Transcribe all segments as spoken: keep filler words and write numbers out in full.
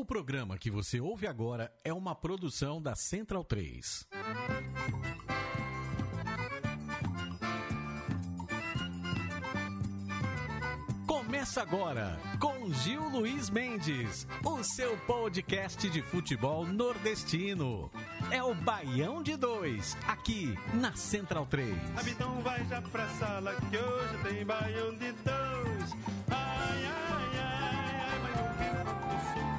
O programa que você ouve agora é uma produção da Central três. Começa agora com Gil Luiz Mendes, o seu podcast de futebol nordestino. É o Baião de Dois, aqui na Central três. Então vai já pra sala que hoje tem Baião de Dois. Ai, ai, ai, ai, vai no Rio Grande do Sul.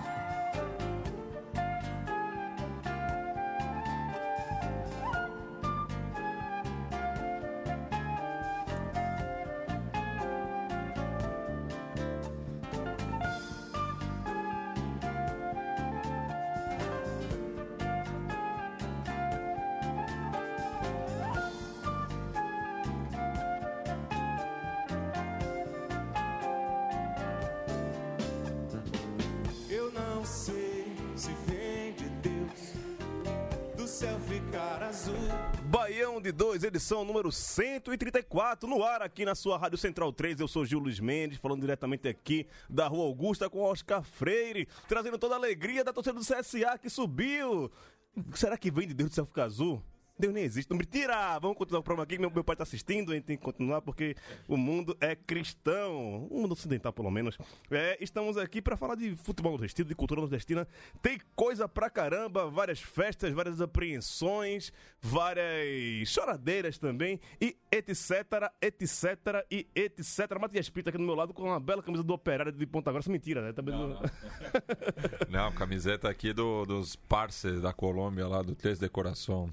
Baião de Dois, edição número cento e trinta e quatro, no ar aqui na sua Rádio Central três. Eu sou Gil Luiz Mendes, falando diretamente aqui da Rua Augusta com Oscar Freire, trazendo toda a alegria da torcida do C S A que subiu. Será que vem de Deus do céu ficar azul? Deus nem existe, não me tira! Vamos continuar o programa aqui, meu, meu pai tá assistindo, a gente tem que continuar porque o mundo é cristão, o mundo ocidental pelo menos. É, estamos aqui para falar de futebol nordestino, de cultura nordestina. Tem coisa pra caramba, várias festas, várias apreensões, várias choradeiras também, e etc, etc e etc. Matias Pinto aqui do meu lado com uma bela camisa do Operário de Ponta Grossa. Mentira, né? Também não, do... não. Não, camiseta aqui do, dos parceiros da Colômbia lá, do Três Decoração.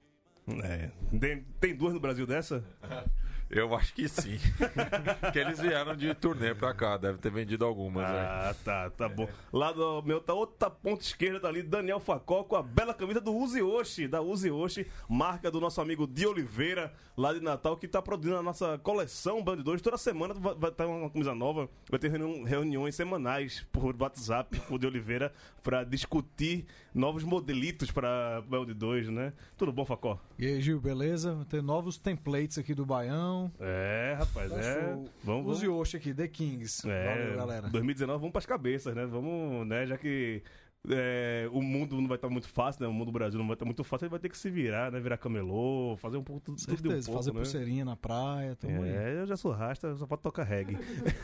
É, tem, tem duas no Brasil dessa? Eu acho que sim. Que eles vieram de turnê pra cá, deve ter vendido algumas. Ah, aí. tá, tá bom. Lá do meu, tá outra ponta esquerda, tá ali, Daniel Facó com a bela camisa do Uzi Oshi, da Uzi Oshi, marca do nosso amigo Di Oliveira, lá de Natal, que tá produzindo a nossa coleção Band dois. Toda semana vai, vai ter uma camisa nova, vai ter reuni- reuniões semanais por WhatsApp com o Di Oliveira pra discutir novos modelitos pra Band dois, né? Tudo bom, Facó? E aí, Gil, beleza? Vou ter novos templates aqui do Baião. É, rapaz, Tá é. show. Vamos, Use Oxe aqui, The Kings. É, Valeu, galera. dois mil e dezenove vamos pras cabeças, né? Vamos, né? Já que é, o mundo não vai estar muito fácil, né? O mundo do Brasil não vai estar muito fácil, ele vai ter que se virar, né? Virar camelô, fazer um pouco tudo, tudo de um Certeza, pouco, fazer né? pulseirinha na praia, tamo aí. É, eu já sou rasta, só pode tocar reggae.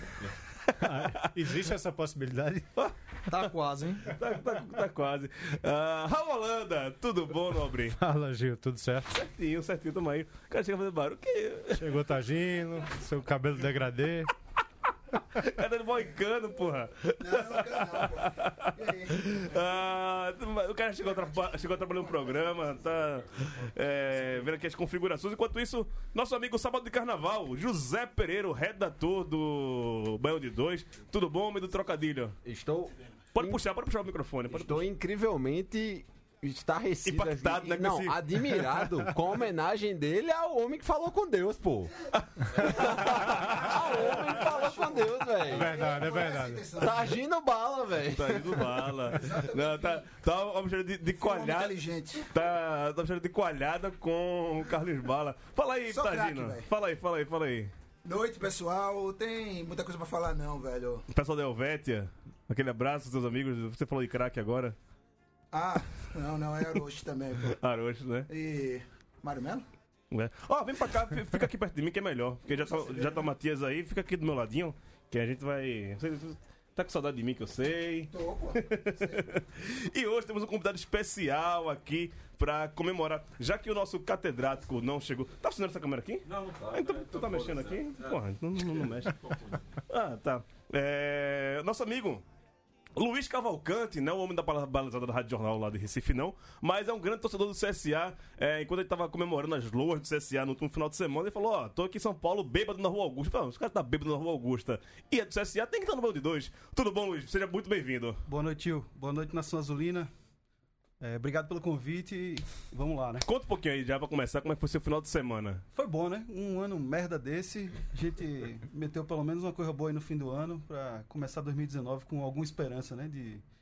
Ah, existe essa possibilidade? Tá quase, hein? tá, tá, tá quase. Uh, Raul Holanda, tudo bom, nobre? Fala, Gil, tudo certo? Certinho, certinho, tamo aí. O cara chega a fazer barulho. Que... Chegou Tagino, seu cabelo degradê. Cara de moicano, porra. Não, não quero não, porra. E aí? Ah, o cara chegou, tra- chegou trabalhando no programa, tá é, vendo aqui as configurações. Enquanto isso, nosso amigo Sábado de Carnaval, José Pereira, o redator do Baião de Dois. Tudo bom, homem do trocadilho? Estou. Pode puxar, pode puxar o microfone. Pode Estou puxar. incrivelmente estarrecido. Impactado, né, com Não, esse- admirado com a homenagem dele ao homem que falou com Deus, pô. Ao homem que falou com Deus, É velho. verdade, é verdade. Tá agindo bala, velho. Tá indo bala. Não, tá, tá uma mistura de, de Foi um homem coalhada. inteligente. Tá, tá mistura de coalhada com o Carlos Bala. Fala aí, Sou Tagino. craque, velho. Fala aí, fala aí, fala aí. Noite, pessoal. Tem muita coisa pra falar, não, velho. O pessoal da Helvétia, aquele abraço, seus amigos. Você falou de craque agora. Ah, não, não, é Aroche também, pô. Arocho, né? E. Mário Melo? É. Ó, vem pra cá, fi- fica aqui perto de mim que é melhor. Porque já tá, já tá o Matias aí, fica aqui do meu ladinho, que a gente vai. Você tá com saudade de mim, que eu sei. Tô, pô. E hoje temos um convidado especial aqui pra comemorar. Já que o nosso catedrático não chegou. Tá funcionando essa câmera aqui? Não, não tá. Ah, então tu tá mexendo aqui? Porra, não, não, não mexe. Ah, tá. É, nosso amigo Luiz Cavalcante, não é o homem da bala- balizada da Rádio Jornal lá de Recife, não, mas é um grande torcedor do C S A. É, enquanto ele tava comemorando as loas do C S A no último final de semana, ele falou: Ó, tô aqui em São Paulo, bêbado na Rua Augusta. Falei, os caras tá bêbado na Rua Augusta e é do C S A, tem que estar no Baião de Dois. Tudo bom, Luiz? Seja muito bem-vindo. Boa noite, tio. Boa noite, Nação Azulina. É, obrigado pelo convite e vamos lá, né? Conta um pouquinho aí já pra começar, como é que foi seu final de semana. Foi bom, né? Um ano merda desse. A gente meteu pelo menos uma coisa boa aí no fim do ano pra começar dois mil e dezenove com alguma esperança, né? De,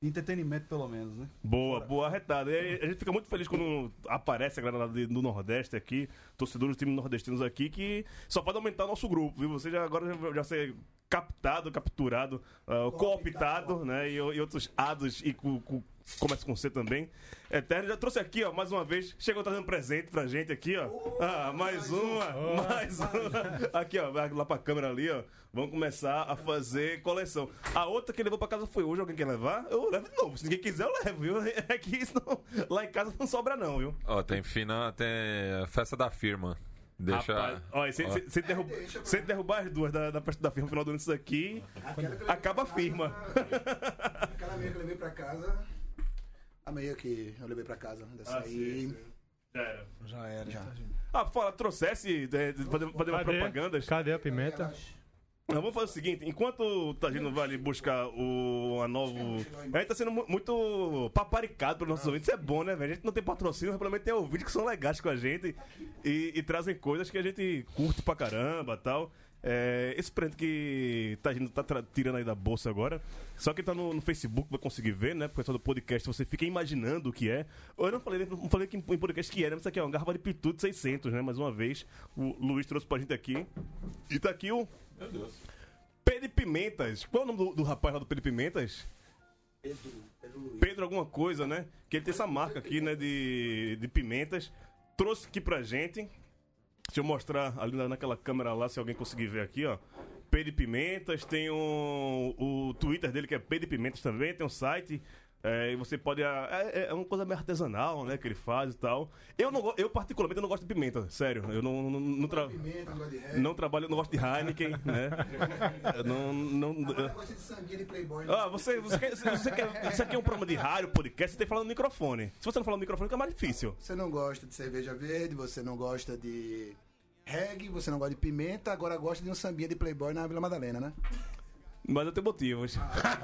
entretenimento, pelo menos, né? Boa, boa arretada. E a gente fica muito feliz quando aparece a galera do Nordeste aqui, torcedores do time nordestinos aqui, que só pode aumentar o nosso grupo, viu? Você já agora já, já ser captado, capturado, uh, cooptado, né? E, e outros ados e com, com, começa com C também. Eterno já trouxe aqui, ó, mais uma vez, chegou trazendo presente pra gente aqui, ó. Ah, mais uma, mais uma. Aqui, ó, vai lá pra câmera ali, ó. Vamos começar a fazer coleção. A outra que levou pra casa foi hoje. Alguém quer levar? Eu levo de novo. Se ninguém quiser, eu levo, viu? É que isso não... Lá em casa não sobra, não, viu? Ó, tem fina, tem a festa da firma. Deixa. Rapaz, olha, se, ó. se, se, derruba, se derrubar as duas da, da festa da firma no final do ano disso aqui, acaba a firma. Aquela meia que eu levei pra casa. A meia que eu levei pra casa. Dessa Ah, aí. sim, sim. Já era. Já era. Já. Ah, fala, trouxesse, é, fazer, fazer umas Cadê? propagandas. Cadê a pimenta? Relaxa. Nós vamos fazer o seguinte, enquanto o Tagino vai ali buscar o a novo... A gente tá sendo mu- muito paparicado pelos nossos ouvintes, isso é bom, né, velho? A gente não tem patrocínio, mas pelo menos tem ouvintes que são legais com a gente e, e trazem coisas que a gente curte pra caramba e tal. É, esse presente que Tagino tá tra- tirando aí da bolsa agora, só quem tá no, no Facebook vai conseguir ver, né? Porque só do podcast você fica imaginando o que é. Eu não falei, não falei que em em podcast que era, mas isso aqui é uma garrafa de Pitu de seiscentos, né? Mais uma vez, o Luiz trouxe pra gente aqui. E tá aqui o... Meu Deus. Pé de Pimentas. Qual é o nome do, do rapaz lá do Pé de Pimentas? Pedro, Pedro Luiz. Pedro alguma coisa, né? Que ele tem essa marca aqui, né? De, de pimentas. Trouxe aqui pra gente. Deixa eu mostrar ali na- naquela câmera lá, se alguém conseguir ver aqui, ó. Pé de Pimentas. Tem um, o Twitter dele que é Pé de Pimentas também. Tem um site. É, e você pode... ah, É, é uma coisa meio artesanal, né? Que ele faz e tal. Eu, não, go- eu particularmente, não gosto de pimenta. Sério. Eu não... não, não, tra- Pimenta, negócio de reggae. não trabalho... Não gosto de Heineken, né? Eu não... não Agora eu gosto de sanguinha de Playboy. Ah, você, você, quer, se você quer. Isso aqui é um programa de rádio, podcast, você tem que falar no microfone. Se você não falar no microfone, fica mais difícil. Você não gosta de cerveja verde, você não gosta de reggae, você não gosta de pimenta, agora gosta de um sambinha de Playboy na Vila Madalena, né? Mas eu tenho motivos.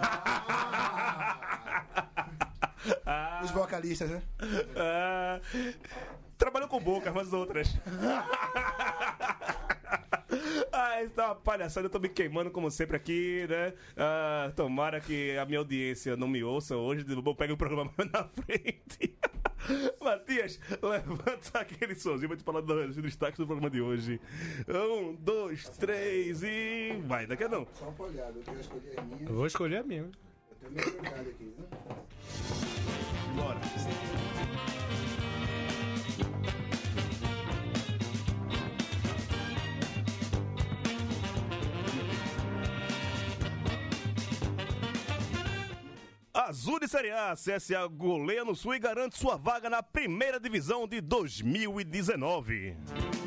Os vocalistas, né? Ah, trabalhou com bocas, mas outras. Ah, isso tá uma palhaçada, eu tô me queimando como sempre aqui, né? Ah, tomara que a minha audiência não me ouça hoje, eu pego o programa mais na frente. Matias, levanta aquele sozinho, vou te falar dos destaques do programa de hoje. Um, dois, três e... vai, daqui a não. Só uma olhada, eu tenho escolher as minhas. Eu vou escolher a minha. Eu tenho minha prioridade aqui, né? Bora. Azul de Série A, C S A goleia no Sul e garante sua vaga na primeira divisão de dois mil e dezenove.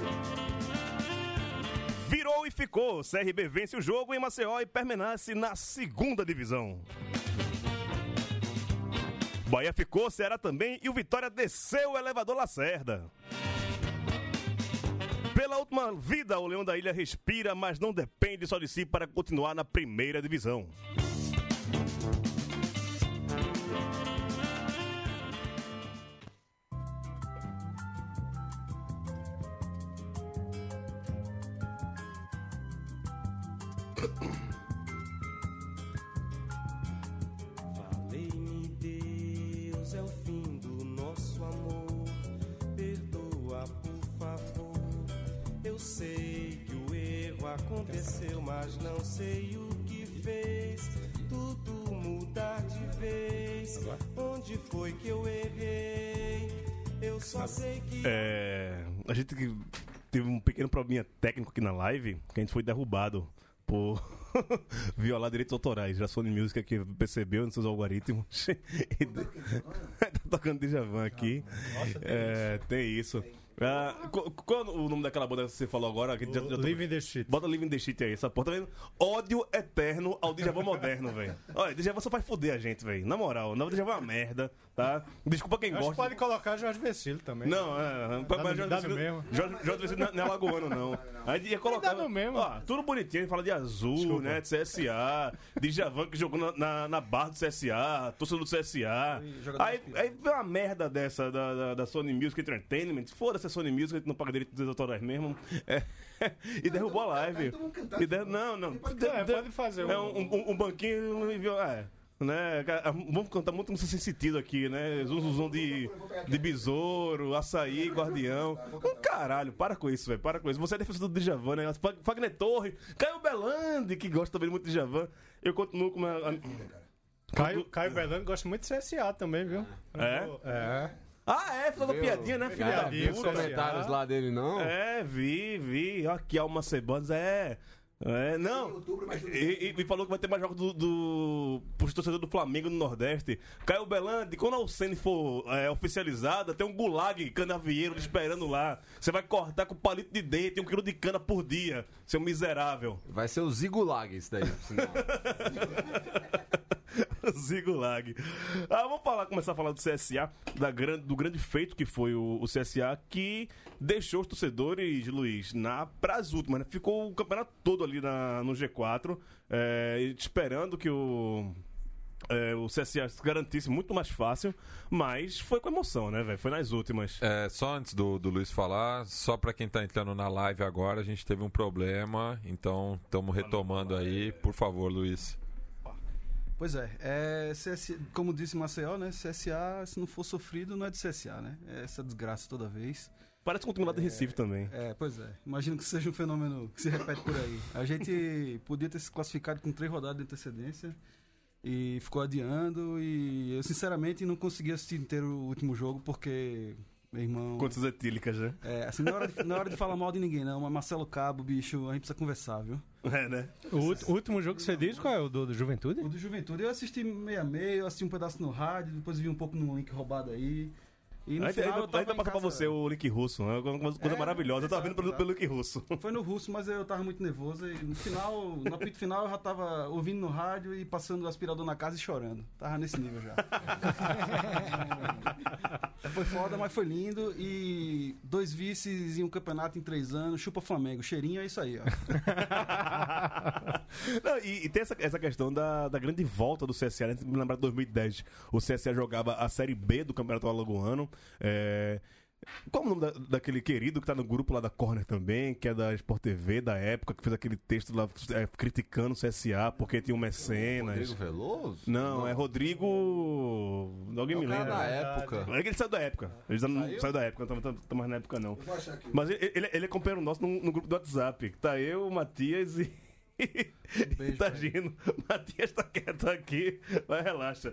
Virou e ficou, C R B vence o jogo em Maceió e permanece na segunda divisão. Bahia ficou, Ceará também e o Vitória desceu o elevador Lacerda. Pela última vida, o Leão da Ilha respira, mas não depende só de si para continuar na primeira divisão. Valei-me Deus, é o fim do nosso amor. Perdoa, por favor. Eu sei que o erro aconteceu, mas não sei o que fez. Tudo mudar de vez. Onde foi que eu errei? Eu só sei que. É, a gente que teve um pequeno probleminha técnico aqui na live, que a gente foi derrubado por violar direitos autorais. Já Sony Music aqui percebeu nos seus algoritmos. E de- tá tocando Djavan aqui. É, tem isso. Ah, qu- qual é o nome daquela banda que você falou agora? Que já- já tô- Living the Shit. Bota Living the Shit aí, essa porra, tá vendo? Ódio eterno ao Djavan moderno, velho. Olha, Djavan só vai foder a gente, velho. Na moral, não, Djavan é uma merda, tá? Desculpa quem Acho que gosta. pode colocar Jorge Vecilo também. Não, é. Dá mas no- dá no mesmo. Jorge Jorge Vecino não é alagoano, não. A gente ia colocar. Dá no mesmo. Ó, tudo bonitinho, a gente fala de Azul, Desculpa. né? De C S A, de Javan que jogou na, na, na barra do C S A, torcedor do C S A. jogador Aí, aí vem uma merda dessa da, da, da Sony Music Entertainment. Foda-se a Sony Music, a gente não paga direito dos autorais mesmo. É. E derrubou a live. Então vamos cantar E de der- novo. não, não. Pode De- É, de- pode fazer É um- um, um, um banquinho e viu. É. né? Vamos cantar muito sem sentido aqui, né? Zum, zum, zum de, de besouro, açaí, guardião. Um caralho, para com isso, velho. Para com isso. Você é defensor do Djavan, né? Fagner Torre, Caio Belandi, que gosta também muito de Djavan. Eu continuo com a. Caio, Caio Belandi gosta muito de C S A também, viu? É? É. Ah, é, fazendo piadinha, né, filho da Viu os puta? comentários lá dele, não? É, vi, vi. Aqui, Alma Cebanos, é. É, não. E, e me falou que vai ter mais jogos do, do pros torcedores do Flamengo no Nordeste. Caio Belandi, quando a Alcene for é, oficializada, tem um gulag canavieiro esperando lá. Você vai cortar com palito de dente, um quilo de cana por dia, seu miserável. Vai ser o Zigulag isso daí, sinal. Zigulag. Ah, vamos falar, começar a falar do C S A, da grande, do grande feito que foi o, o C S A, que deixou os torcedores, Luiz, na pras últimas, né? Ficou o campeonato todo ali na, no G quatro, é, esperando que o, é, o C S A se garantisse muito mais fácil, mas foi com emoção, né, velho? Foi nas últimas. É, só antes do, do Luiz falar, só pra quem tá entrando na live agora, a gente teve um problema, então estamos retomando aí. Por favor, Luiz. Pois é, é C S, como disse Maceió, né? C S A, se não for sofrido, não é de C S A, né? É essa desgraça toda vez. Parece com o time lá de Recife também. É, pois é. Imagino que seja um fenômeno que se repete por aí. A gente podia ter se classificado com três rodadas de antecedência e ficou adiando, e eu sinceramente não consegui assistir inteiro o último jogo porque, meu irmão... Quantas etílicas, né? É, assim, não é hora de, não é hora de falar mal de ninguém, não, mas Marcelo Cabo, bicho, a gente precisa conversar, viu? É, né? O ult- último jogo que você diz, qual é? O do, do Juventude? O do Juventude, eu assisti meio a meio, eu assisti um pedaço no rádio, depois vi um pouco no link roubado aí. E no Aí final ainda eu tava ainda em passa pra casa- você o link russo, né? Uma coisa É, maravilhosa. Eu tava vendo exato, pelo, pelo link russo. Foi no russo, mas eu tava muito nervoso e no final, no apito final eu já tava ouvindo no rádio e passando o aspirador na casa e chorando. Tava nesse nível já. Foi foda, mas foi lindo. E dois vices em um campeonato em três anos, chupa Flamengo. Cheirinho é isso aí, ó. Não, e, e tem essa, essa questão da, da grande volta do C S A, né? Me lembrar de dois mil e dez, o C S A jogava a Série B do Campeonato Alagoano. É... Qual é o nome da, daquele querido que tá no grupo lá da Corner também, que é da Sport T V da época, que fez aquele texto lá é, criticando o C S A porque tinha um mecenas. Rodrigo Veloso? Não, é Rodrigo. Alguém me lembra. Da época. É que ele saiu da época. Ele já não saiu da época, não tá mais na época não. Mas ele, ele, ele é companheiro nosso no, no grupo do WhatsApp. Tá eu, o Matias e. beijo, tá pai. agindo. Matias tá quieto aqui, mas relaxa.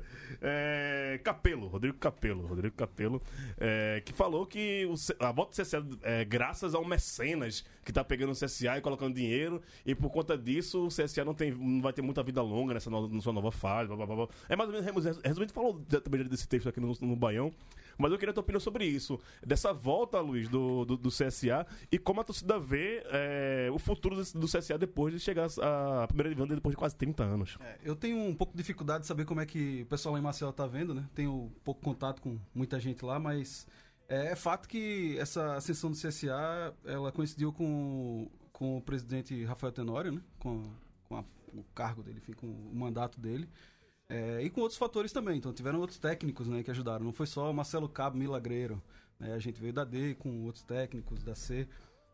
É, Capelo, Rodrigo Capelo, Rodrigo Capelo, é, que falou que o, C- a volta do C S A é graças ao mecenas que tá pegando o C S A e colocando dinheiro, e por conta disso o C S A não, tem, não vai ter muita vida longa nessa no, na sua nova fase. Blá, blá, blá. É mais ou menos, resumindo, falou também desse texto aqui no, no Baião. Mas eu queria a tua opinião sobre isso. Dessa volta, Luiz, do, do, do C S A, e como a torcida vê é, o futuro do, do C S A depois de chegar à primeira divisão depois de quase trinta anos. É, eu tenho um pouco de dificuldade de saber como é que o pessoal lá em Maceió tá vendo, né? Tenho pouco contato com muita gente lá, mas é, é fato que essa ascensão do C S A, ela coincidiu com, com o presidente Rafael Tenório, né? Com, com a, o cargo dele, enfim, com o mandato dele. É, e com outros fatores também, então tiveram outros técnicos, né, que ajudaram, não foi só o Marcelo Cabo milagreiro, né, a gente veio da D com outros técnicos da C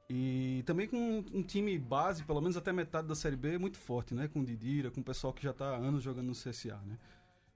e também com um, um time base, pelo menos até metade da Série B, muito forte, né, com o Didira, com o pessoal que já está há anos jogando no C S A, né.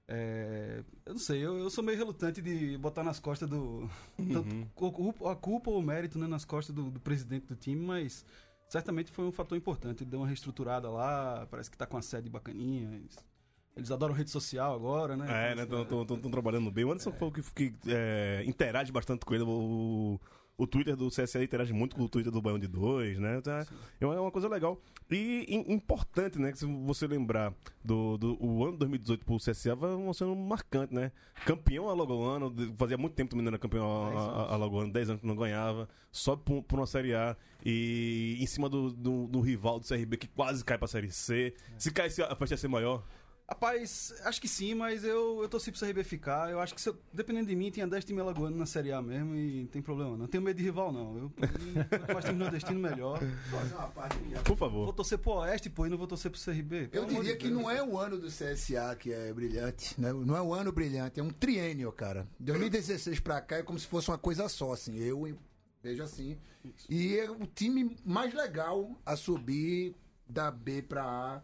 É, eu não sei, eu, eu sou meio relutante de botar nas costas do tanto, a culpa ou o mérito, né, nas costas do, do presidente do time, mas certamente foi um fator importante, ele deu uma reestruturada lá, parece que está com a sede bacaninha. Eles adoram rede social agora, né? É, né? Estão trabalhando bem. O Anderson foi o que, que é, interage bastante com ele. O, o Twitter do C S A interage muito com o Twitter do Baião de Dois, né? Então, é uma coisa legal. E in, importante, né? Que se você lembrar do, do o ano dois mil e dezoito pro C S A, vai sendo marcante, né? Campeão alagoano, fazia muito tempo também não era campeão alagoano, dez anos que não ganhava, sobe por, por uma Série A e em cima do, do, do rival do C R B que quase cai pra Série C. É. Se caísse, a festa ia ser maior. Rapaz, acho que sim, mas eu, eu torci pro C R B ficar. Eu acho que, se eu, dependendo de mim, tinha dez times alagoanos na Série A mesmo e não tem problema não. Não tenho medo de rival, não. Eu, quanto mais time nordestino, melhor. Fazer uma parte aqui. Por favor. Vou torcer pro Oeste, pô, e não vou torcer pro C R B. Eu diria que não é o ano do C S A que é brilhante, né? Não é um ano brilhante, é um triênio, cara. dois mil e dezesseis pra cá é como se fosse uma coisa só, assim. Eu vejo assim. E é o time mais legal a subir da B pra A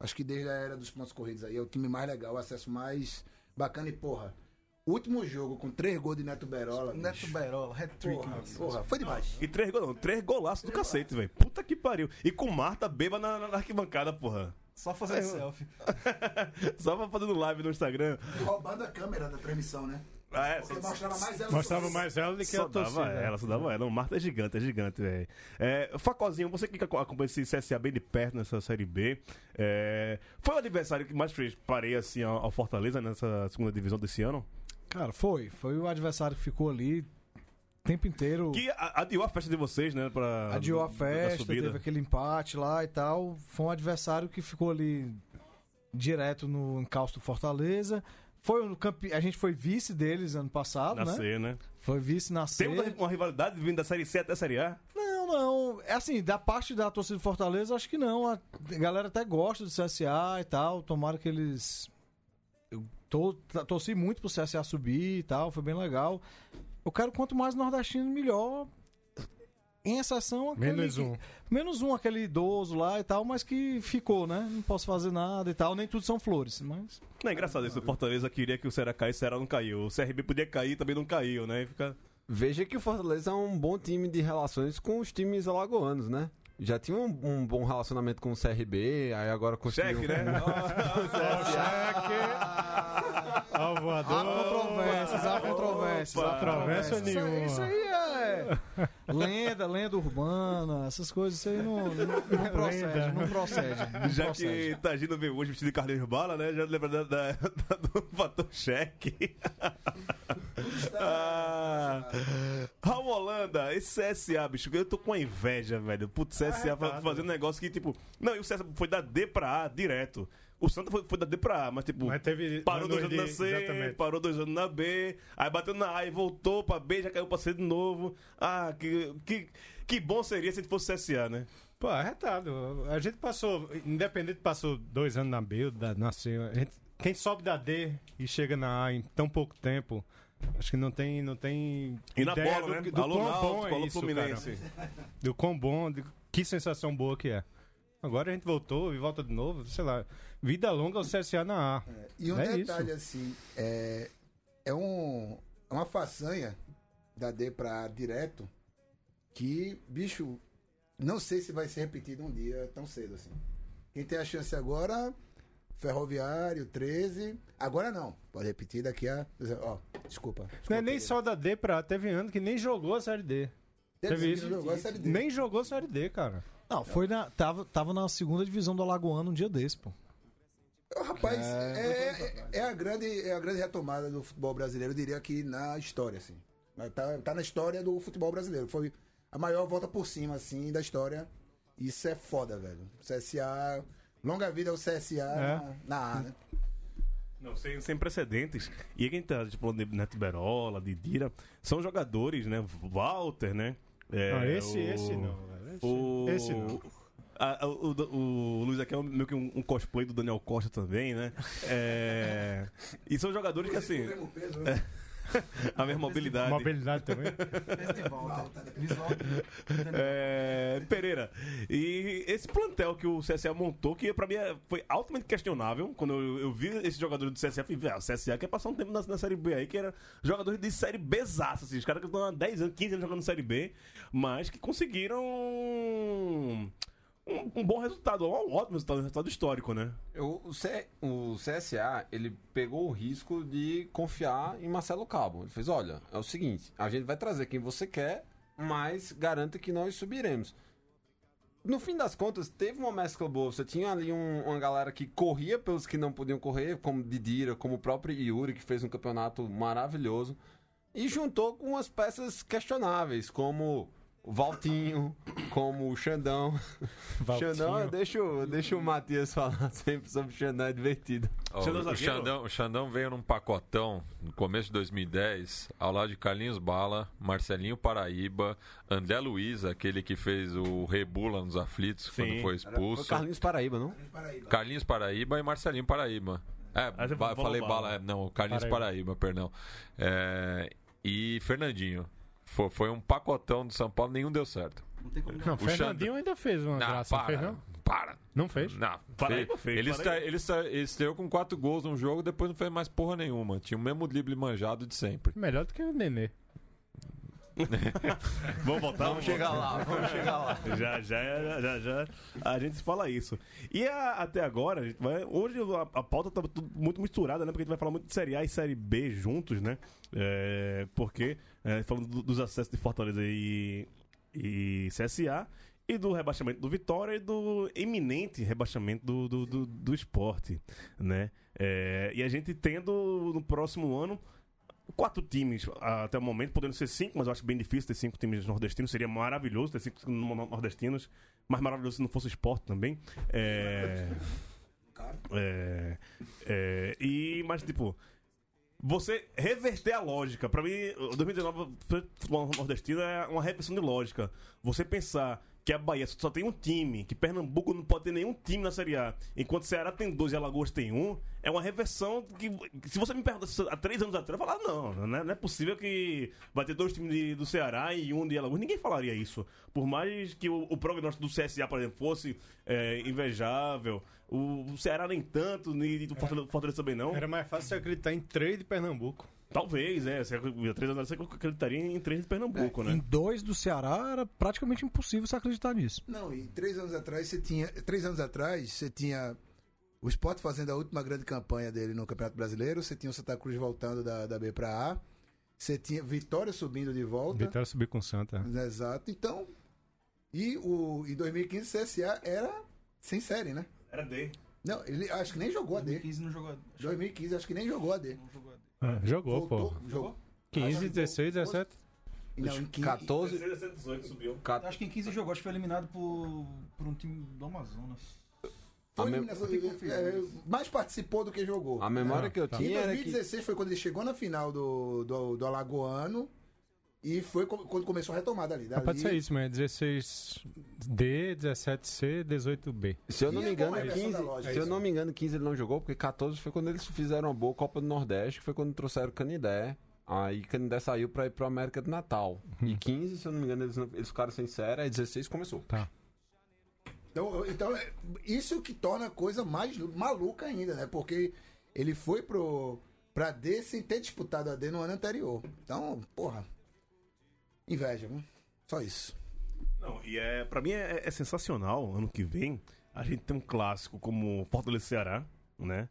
Acho que desde a era dos pontos corridos aí, é o time mais legal, o acesso mais bacana e, porra, último jogo com três gols de Neto Berola. Neto bicho. Berola, hat-trick. Porra, nossa. porra, foi demais. E três gols, não, três golaços do cacete, velho. Puta que pariu. E com Marta beba na, na arquibancada, porra. Só fazer selfie. Só pra fazendo live no Instagram. E roubando a câmera da transmissão, né? Ah, é, Porque só- mostrava mais ela. Mostrava mais ela do que Só a torcida. dava ela, só dava ela. O Marta é gigante, é gigante, velho. É, Facozinho, você que acompanha esse C S A bem de perto nessa Série B, é, foi o adversário que mais fez parei assim ao ao Fortaleza nessa segunda divisão desse ano? Cara, foi. Foi o adversário que ficou ali o tempo inteiro. Que a- adiou a festa de vocês, né? Pra, Adiou a da festa, subida. teve aquele empate lá e tal. Foi um adversário que ficou ali direto no encalço do Fortaleza. Foi um campe... A gente foi vice deles ano passado, Na né? C, né? Foi vice na C. Tem uma, uma rivalidade vindo da Série C até a Série A? Não, não. É assim, da parte da torcida do Fortaleza, acho que não. A galera até gosta do C S A e tal. Tomara que eles. Eu tô, torci muito pro C S A subir e tal. Foi bem legal. Eu quero quanto mais nordestino, melhor. Em exceção aquele. Menos um. Menos um, aquele idoso lá e tal, mas que ficou, né? Não posso fazer nada e tal. Nem tudo são flores, mas. Não é engraçado isso. O Fortaleza queria que o Ceará caísse, o Ceará não caiu. O C R B podia cair, também não caiu, né? E fica... Veja que o Fortaleza é um bom time de relações com os times alagoanos, né? Já tinha um, um bom relacionamento com o C R B, aí agora conseguiu... Cheque, né? Ó, o voador. Há controvérsias, há controvérsias. há Controvérsia controvérsias. Isso aí- nenhuma. Isso aí é lenda, lenda urbana, essas coisas, isso aí não, não, não procede, Lenda. não procede. Não Já procede. que Tagino veio hoje vestido de Carlinhos Bala, né? Já lembra da, da- da- do fator cheque. ah, Raul Holanda, esse C S A, bicho, eu tô com inveja, velho. Putz, C S A fa- Arretado. fazendo negócio que, tipo... Não, e o C S A foi da D pra A direto. O Santa foi, foi da D pra A, mas tipo... Mas teve Parou dois anos anos na de- C, exatamente. parou dois anos na B, aí bateu na A e voltou pra B, já caiu pra C de novo. Ah, que, que, que bom seria se a gente fosse C S A, né? Pô, arretado. A gente passou, Independente passou dois anos na B, da, na C. A gente- quem sobe da D e chega na A em tão pouco tempo, acho que não tem, não tem E na ideia bola, do, né? do Alô, quão Náutico, bom é alô, isso, Fluminense. cara. Do quão bom, de, que sensação boa que é. Agora a gente voltou e volta de novo, sei lá, vida longa ao C S A na A. E um É detalhe isso. assim, é, é, um, é uma façanha da D pra A direto que, bicho, não sei se vai ser repetido um dia tão cedo assim. Quem tem a chance agora, Ferroviário, treze. Agora não, pode repetir daqui a. Ó, desculpa. Não é desculpa, nem só da D pra A, teve ano que nem jogou a Série D. Teve Teve que isso. não jogou a Série D. Nem jogou a Série D, cara. Não, foi na, tava, tava na segunda divisão do Alagoano um dia desse, pô. Rapaz, é, é, é a grande, é a grande retomada do futebol brasileiro, eu diria que na história, assim. Tá, tá na história do futebol brasileiro. Foi a maior volta por cima, assim, da história. Isso é foda, velho. C S A. Longa vida ao C S A É. na, na A, né? Não, sem, sem precedentes. E quem tá tipo, falando de Neto Berola, de Dira, são jogadores, né? Walter, né? É, Não, esse, o- esse não, velho. Esse, O, esse não. a- o, o, o Luiz aqui é um- meio que um, um cosplay do Daniel Costa também, né? É, e são jogadores que, assim, a mesma mobilidade. Mobilidade também. É, Pereira, e esse plantel que o C S A montou, que pra mim é- foi altamente questionável, quando eu, eu vi esse jogador do C S A, eu falei, ah, o C S A quer passar um tempo na, na Série B aí, que era jogadores de Série Bzaça, assim, os caras que estão há dez anos, quinze anos jogando Série B, mas que conseguiram um, um bom resultado, um ótimo resultado, um resultado histórico, né? O, o, C, o C S A, ele pegou o risco de confiar em Marcelo Cabo. Ele fez, olha, é o seguinte, a gente vai trazer quem você quer, mas garanta que nós subiremos. No fim das contas, teve uma mescla boa. Você tinha ali um- uma galera que corria pelos que não podiam correr, como Didira, como o próprio Yuri, que fez um campeonato maravilhoso. E juntou com umas peças questionáveis, como o Valtinho, como o Xandão. Valtinho. Xandão, deixa, o- deixa o Matias falar sempre sobre o Xandão, é divertido. Ó, Xandão o, zagueiro? Xandão, o Xandão veio num pacotão no começo de dois mil e dez, ao lado de Carlinhos Bala, Marcelinho Paraíba, André Luiz, aquele que fez o Rebula nos aflitos Sim. quando foi Foi expulso. Carlinhos Paraíba, não? Carlinhos Paraíba e Marcelinho Paraíba. É, Aí você ba- falou falei Bala. Bala, é, não, Carlinhos Paraíba. Paraíba, perdão. É, e Fernandinho. Foi, foi um pacotão do São Paulo, nenhum deu certo. Não tem como Não, O Fernandinho ainda fez uma Não, graça, não para, fez não? para. Não fez? Não, Paraíba fez. fez, Ele, Paraíba. está, ele, está, ele estreou com quatro gols num jogo, depois não fez mais porra nenhuma. Tinha o mesmo drible manjado de sempre. Melhor do que o Nenê. Vamos voltar? Vamos chegar lá, vamos chegar lá. Já, já, já, já, a gente fala isso. E a- até agora, a gente vai, hoje a, a pauta tá tudo muito misturada, né? Porque a gente vai falar muito de Série A e Série B juntos, né? É, porque, é, falando do- dos acessos de Fortaleza e, e C S A, e do rebaixamento do Vitória e do iminente rebaixamento do, do, do, do Sport, né? É, e a gente tendo no próximo ano quatro times até o momento, podendo ser cinco, mas eu acho bem difícil ter cinco times nordestinos. Seria maravilhoso ter cinco nordestinos, mas maravilhoso se não fosse esporte também. É, é, é, e, mas, tipo, você reverter a lógica. Pra mim, o dois mil e dezenove, o futebol nordestino é uma reversão de lógica. Você pensar que a Bahia só tem um time, que Pernambuco não pode ter nenhum time na Série A, enquanto Ceará tem dois e Alagoas tem um, é uma reversão que, se você me perguntasse há três anos atrás, eu ia falar, não, não é, não é possível que vai ter dois times de- do Ceará e um de Alagoas. Ninguém falaria isso. Por mais que o, o prognóstico do C S A, por exemplo, fosse é, invejável, o, o Ceará nem tanto, e o Fortaleza, Fortaleza também não. Era mais fácil você acreditar em três de Pernambuco. Talvez, é. Você, há três anos atrás você acreditaria em três de Pernambuco, Em né? dois do Ceará era praticamente impossível você acreditar nisso. Não, e três anos atrás você tinha. Três anos atrás você tinha o Sport fazendo a última grande campanha dele no Campeonato Brasileiro, você tinha o Santa Cruz voltando da, da B para A, você tinha Vitória subindo de volta. Vitória subir com o Santa. Exato. Então. E o, em dois mil e quinze o C S A era sem série, né? Era D. Não, ele acho que nem jogou a dois mil e D. quinze não jogou. dois mil e quinze acho que nem jogou a D. Não jogou. Ah, jogou, Voltou, pô. jogou. quinze, dezesseis, dezessete. Não, em quinze, quatorze. dezoito subiu. Cat- Acho que em quinze jogou, acho que foi eliminado por, por um time do Amazonas. Foi A me- eliminação, Tem que conferir é, isso. mais participou do que jogou. A memória Ah, que eu tá. Em tinha era dois mil e que. dezesseis foi quando ele chegou na final do, do, do Alagoano e foi co- quando começou a retomada ali. Ah, pode Dali- ser isso, mas é dezesseis D, dezessete C, dezoito B. Se eu não E me é engano, bom a reversão quinze, da lógica, se eu isso. não me engano, quinze ele não jogou, porque quatorze foi quando eles fizeram uma boa Copa do Nordeste, que foi quando trouxeram o Canidé. Aí Canidé saiu pra ir pro América do Natal. E quinze, se eu não me engano, eles, não- eles ficaram sem série, aí dezesseis começou. Tá. Então, então, é- isso que torna a coisa mais maluca ainda, né? Porque ele foi pro, pra D sem ter disputado a D no ano anterior. Então, porra, inveja, viu? Só isso. Não, e é, pra mim é, é sensacional, ano que vem, a gente tem um clássico como Fortaleza e Ceará, né?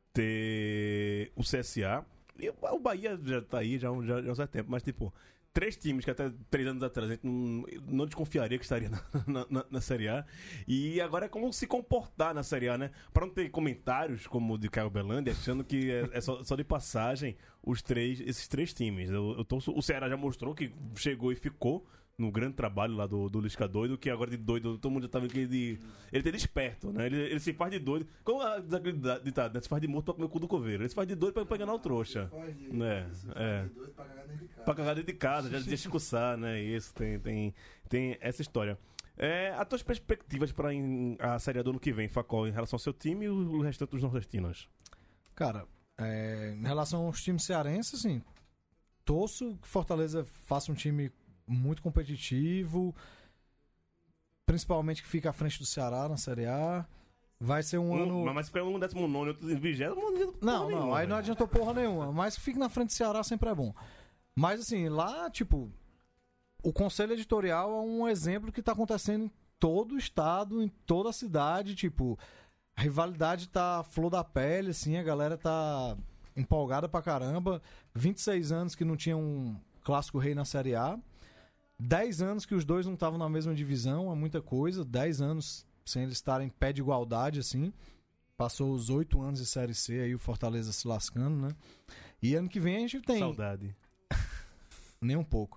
Ter o C S A. E o Bahia já tá aí já, há um- já, já há um certo tempo, mas tipo, três times que até três anos atrás a gente não, não desconfiaria que estaria na, na, na- na Série A. E agora é como se comportar na Série A, né? Pra não ter comentários como o de Caio Belandi, achando que é, é só, só de passagem os três, esses três times. Eu, eu tô, o Ceará já mostrou que chegou e ficou no grande trabalho lá do, do Lisca doido, que agora de doido, todo mundo já tá vendo que ele, ele tem desperto, né? Ele, ele se faz de doido. Como a ditado, né? Se faz de morto pra comer o cu do coveiro. Ele se faz de doido pra, pra enganar o trouxa. Né? É. Pra cagar dentro de casa, já dizia discursar, né? Isso, tem, tem, tem essa história. É, as tuas perspectivas para a Série A do ano que vem, Facol, em relação ao seu time e o, o restante dos nordestinos? Cara, é, em relação aos times cearenses, assim, torço que Fortaleza faça um time muito competitivo, principalmente que fica à frente do Ceará na Série A. Vai ser um, ano... Um, mas se for um décimo nono e outro em vigésimo, não adianta Não, porra não, nenhuma, aí não velho. adiantou porra nenhuma. Mas que fique na frente do Ceará sempre é bom. Mas assim, lá, tipo, o conselho editorial é um exemplo que tá acontecendo em todo o estado, em toda a cidade, tipo, a rivalidade tá à flor da pele, assim, a galera tá empolgada pra caramba. vinte e seis anos que não tinha um clássico rei na Série A. dez anos que os dois não estavam na mesma divisão, é muita coisa. dez anos sem eles estarem em pé de igualdade, assim. Passou os oito anos de Série C, aí o Fortaleza se lascando, né? E ano que vem a gente tem... Saudade. Nem um pouco.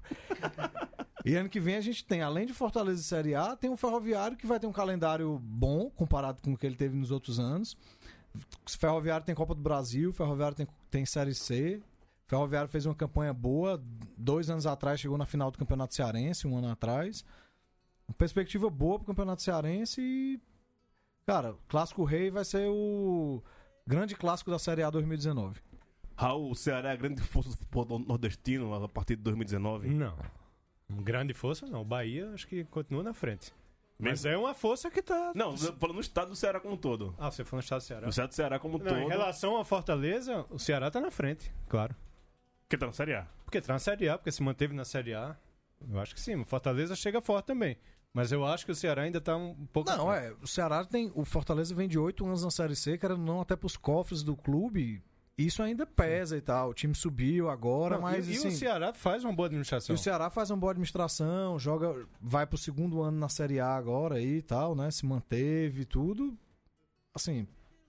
E ano que vem a gente tem, além de Fortaleza e Série A, tem o Ferroviário, que vai ter um calendário bom, comparado com o que ele teve nos outros anos. O Ferroviário tem Copa do Brasil, o Ferroviário tem, tem Série C. O Ferroviário fez uma campanha boa. Dois anos atrás chegou na final do Campeonato Cearense, um ano atrás. Uma perspectiva boa pro Campeonato Cearense e... Cara, Clássico Rei vai ser o grande clássico da Série A dois mil e dezenove. Raul, o Ceará é a grande força do futebol nordestino a partir de dois mil e dezenove? Não. Grande força, não. O Bahia acho que continua na frente. Mas é uma força que tá... Não, falando no estado do Ceará como um todo. Ah, você falou no estado do Ceará. No estado do Ceará como um Não, todo. em relação ao Fortaleza, o Ceará tá na frente, claro. Porque tá na Série A. Porque tá na Série A, porque se manteve na Série A. Eu acho que sim. O Fortaleza chega forte também. Mas eu acho que o Ceará ainda tá um pouco... Não, é. O Ceará tem... O Fortaleza vem de oito anos na Série C, querendo ou não, até pros cofres do clube... Isso ainda pesa e tal. O time subiu agora, Não, mas e, assim, e o Ceará faz uma boa administração. E o Ceará faz uma boa administração, joga, vai pro segundo ano na Série A agora aí e tal, né? Se manteve e tudo. Assim,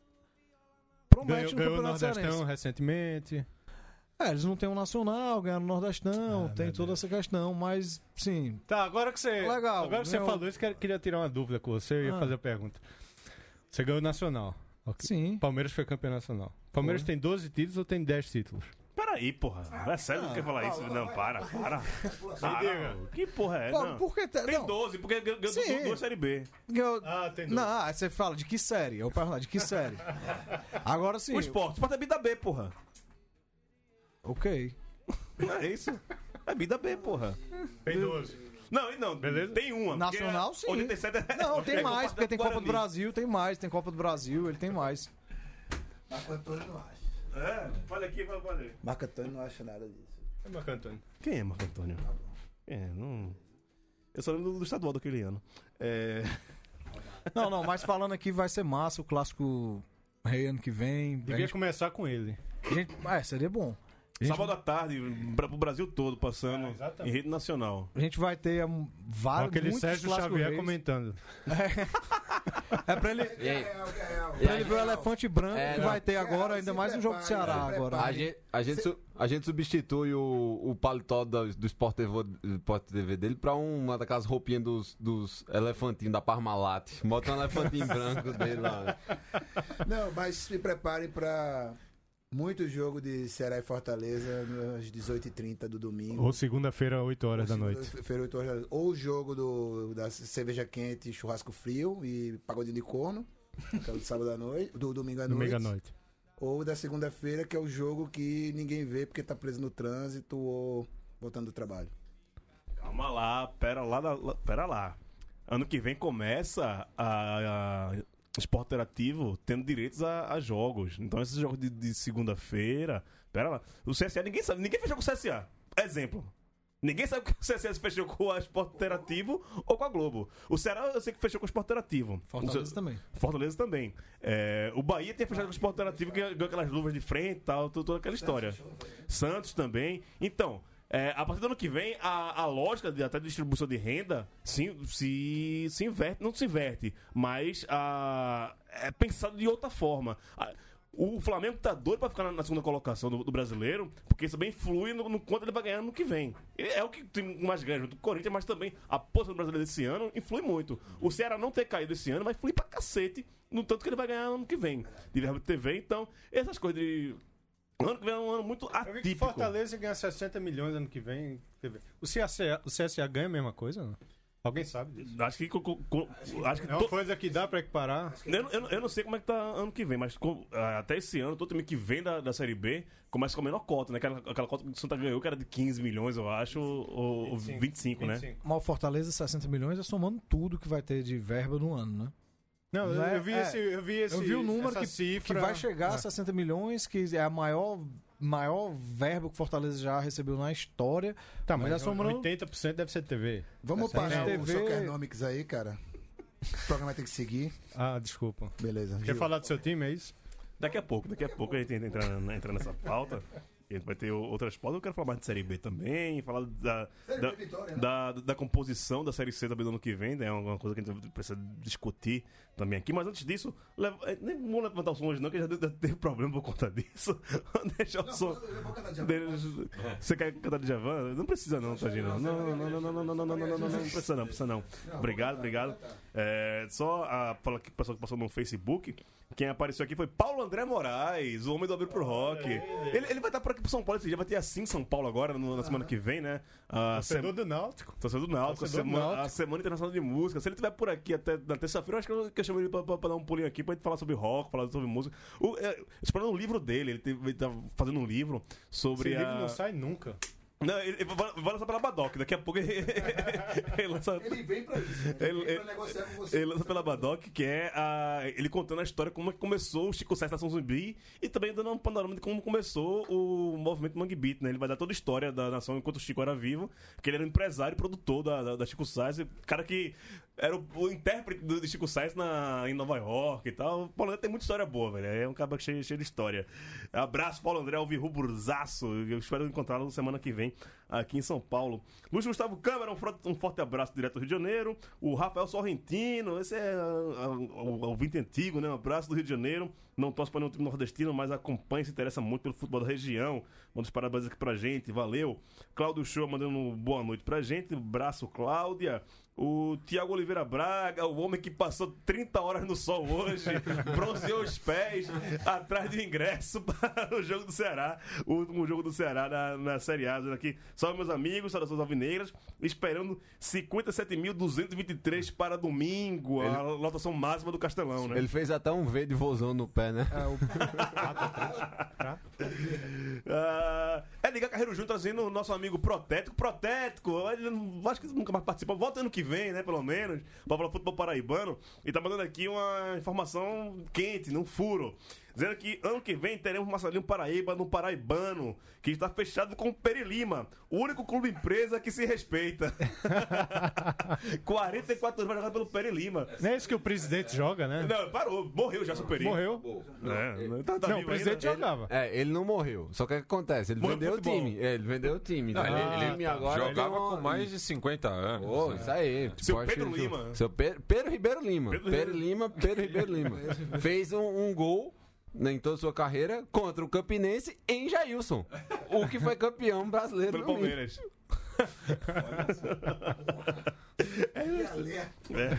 promete Ganhou, no ganhou o Campeonato Nordestão Cearense. recentemente. É, eles não têm um nacional, ganharam o Nordestão, Ah, tem meu toda Deus. essa questão, mas sim. Tá, agora que você, Legal, agora que você ganhou. falou isso, eu queria tirar uma dúvida com você, eu ia Ah. fazer a pergunta. Você ganhou o Nacional. Ok. Sim. Palmeiras foi campeão nacional. Palmeiras Foi. tem doze títulos ou tem dez títulos? Peraí, porra. É sério que quer falar isso? Não, para, para. para. Não. Que porra é? Pô, Não. por que te- Tem não. doze, porque ganhou du- Sim. duas Série B. Eu- Ah, tem Não, aí você fala de que série? Eu pergunto, de que série? Agora sim. O esporte. O esporte é Bida B, porra. Ok. Não é isso? É Bida B, porra. Tem doze. Não, e não. Beleza? Tem uma. porque Nacional, sim. oitenta e sete é- Não, tem é mais, porque tem Copa do Guarani. Brasil, tem mais, tem Copa do Brasil, ele tem mais. Marco Antônio não acha. É, olha aqui, vai valer. Marco Antônio não acha nada disso. É Marco Antônio. Quem é Marco Antônio? É, não... Eu só lembro do, do estadual daquele ano. É... Não, não, mas falando aqui vai ser massa o clássico rei ano que vem. A Devia gente, começar com ele. a gente- é, seria bom. A gente, Sábado à tarde, pra, pro Brasil todo, passando É, exatamente. em rede nacional. a gente vai ter um, Com vários aquele muitos Sérgio clássicos Xavier reis. comentando. É pra ele, E aí? pra ele ver o elefante branco É, que não. vai ter agora, Se ainda mais um jogo do prepare, Ceará se agora. prepare. A gente, a, gente su- a gente substitui o, o paletó do, do Sport T V, do Sport T V dele pra uma daquelas roupinhas dos, dos elefantinhos da Parmalat. Bota um elefantinho branco dele lá. Não, mas se preparem pra muito jogo de Ceará e Fortaleza às dezoito e trinta do domingo. Ou segunda-feira, oito horas da Ou noite. segunda-feira, oito horas da noite. Ou o jogo do, da cerveja quente, churrasco frio e pagodinho de corno, que é o do sábado à noite, do domingo à noite. Domingo à noite. Ou da segunda-feira, que é o jogo que ninguém vê porque tá preso no trânsito ou voltando do trabalho. Calma lá, pera lá, lá- pera lá. Ano que vem começa a, a Esporte Interativo tendo direitos a, a jogos. Então esses jogos de, de segunda-feira, pera lá. O C S A, ninguém sabe, ninguém fechou com o C S A. Exemplo. Ninguém sabe que o C S A se fechou com a Esporte Interativo ou com a Globo. O Ceará eu sei que fechou com o Esporte Interativo. Fortaleza O Ce- também. Fortaleza também. É, o Bahia tem fechado com o Esporte Interativo, que ganhou aquelas luvas de frente e tal, toda, toda aquela história. Santos também. Então, é, a partir do ano que vem, a, a lógica de até de distribuição de renda se, se, se inverte, não se inverte, mas a, é pensado de outra forma. A- o Flamengo tá doido pra ficar na, na segunda colocação do, do brasileiro, porque isso bem influi no, no quanto ele vai ganhar no que vem. É o que tem mais ganho junto com o Corinthians, mas também a posição do brasileiro desse ano influi muito. O Ceará não ter caído esse ano vai influir pra cacete no tanto que ele vai ganhar ano que vem. De verba de T V, então, essas coisas de. Ano que vem é um ano muito Eu vi que atípico. Fortaleza ganha sessenta milhões ano que vem. O C S A, o C S A ganha a mesma coisa? Não? Alguém sabe disso? Acho que. co- co- co- acho que É uma to- coisa que dá pra equiparar. eu, eu, eu não sei como é que tá ano que vem, mas co- ah, até esse ano, todo time que vem da, da Série B começa com a menor cota, né? Aquela, aquela cota que o Santa ganhou, que era de quinze milhões, eu acho, ou, ou vinte e cinco, né? Mas o Fortaleza, sessenta milhões, é somando tudo que vai ter de verba no ano, né? Não, eu, Não é- eu vi é, esse. Eu vi, esse, Eu vi o número essa que, cifra. que vai chegar a É. sessenta milhões, que é a maior, maior verba que o Fortaleza já recebeu na história. Tá, mas mas já somando- oitenta por cento deve ser T V. Vamos Essa parar T o V Socernomics aí, cara. O programa tem que seguir. Ah, desculpa. Beleza. Quer Gil. falar do seu time, é isso? Daqui a pouco, daqui a pouco a gente entra, entra nessa pauta. E a gente vai ter o- outras pautas. Eu quero falar mais de Série B também, falar da, da, Vitória, né? da, da composição da Série C também do ano que vem, né? É uma coisa que a gente precisa discutir também aqui. Mas antes disso, leva, eh, nem vou levantar o som hoje não, que já deu- já teve problema por conta disso. Deixa o som. Eu vou cantar de deles. Você quer cantar de Javan? Não precisa não, Tadinho. Não, não, não, não, não, não, não, não, não, não, não, não, não precisa não, precisa não. Obrigado, obrigado. É, só a fala aqui, o pessoal que passou no Facebook. Quem apareceu aqui foi Paulo André Moraes, o homem do Abrir pro Rock. Ele, ele vai estar por aqui pro São Paulo esse dia, vai ter assim São Paulo agora, no- na semana que vem, né? A Torcedor do Náutico. Torcedor do Náutico, a Torcedor do semana, Náutico. a Semana Internacional de Música. Se ele estiver por aqui até na terça-feira, eu acho que eu, que eu chamo ele pra, pra- pra dar um pulinho aqui pra gente falar sobre rock, falar sobre música. O, é, esperando um livro dele, ele, teve- ele tá fazendo um livro sobre Esse a... livro não sai nunca. Não, ele, ele vai, vai lançar pela Badoc, daqui a pouco ele, ele lança... Ele vem pra isso, né? Ele, Ele vem pra negociar com você. ele lança pela Badoc, que é a, ele contando a história como é que começou o Chico Sainz Nação Zumbi e também dando um panorama de como começou o movimento Mangue Beat, né? Ele vai dar toda a história da nação enquanto o Chico era vivo, que ele era um empresário e produtor da, da, da Chico Sainz, cara que era o, o intérprete do, de Chico Sainz na, em Nova York e tal. Paulo André tem muita história boa, velho. É um cara cheio, cheio de história. Abraço, Paulo André, Alvi Rubruzaço. Eu espero encontrá-lo semana que vem aqui em São Paulo. Luiz Gustavo Câmara, um, forte, um forte abraço direto do Rio de Janeiro. O Rafael Sorrentino, esse é o ouvinte antigo, né? Um abraço do Rio de Janeiro. Não torce para nenhum time nordestino, mas acompanha e se interessa muito pelo futebol da região. Manda os parabéns aqui pra gente, valeu. Cláudio Show mandando boa noite pra gente. Abraço, Cláudia. O Tiago Oliveira Braga, o homem que passou trinta horas no sol hoje, bronzeou os pés atrás do ingresso para o jogo do Ceará, o último jogo do Ceará na, na Série A. Aqui, salve meus amigos, saudações alvinegras, esperando cinquenta e sete mil duzentos e vinte e três para domingo, a Ele... lotação máxima do Castelão, né? Ele fez até um V de vozão no pé, né? É, o... uh, é Ligar Carreiro Júnior trazendo o nosso amigo Protético. Protético, ele não, acho que nunca mais participou. Volta ano que vem, né, pelo menos, para falar futebol paraibano. E tá mandando aqui uma informação quente, num furo. Dizendo que ano que vem teremos Marcelinho Paraíba no Paraibano, que está fechado com o Peri Lima, o único clube empresa que se respeita. quarenta e quatro anos vai jogar pelo Peri Lima. Não é isso que o presidente joga, né? Não, parou, morreu já, seu Peri. Morreu? É, tá, tá não, o vivo presidente ainda. jogava. É, ele não morreu. Só que o que acontece? Ele Morreu vendeu o futebol. time. É, ele vendeu o time. Não, Ele- ele- ele agora Jogava ele é uma- com mais de cinquenta anos. Pô, né? isso aí. Seu Pode- Pedro Lima. Seu Pedro, Pedro Ribeiro Lima. Pedro Pedro, Ribeiro. Lima, Pedro Ribeiro Lima. Fez um, um gol, né, em toda a sua carreira contra o Campinense em Jailson. O que foi campeão brasileiro. Pelo no Rio. Palmeiras. É.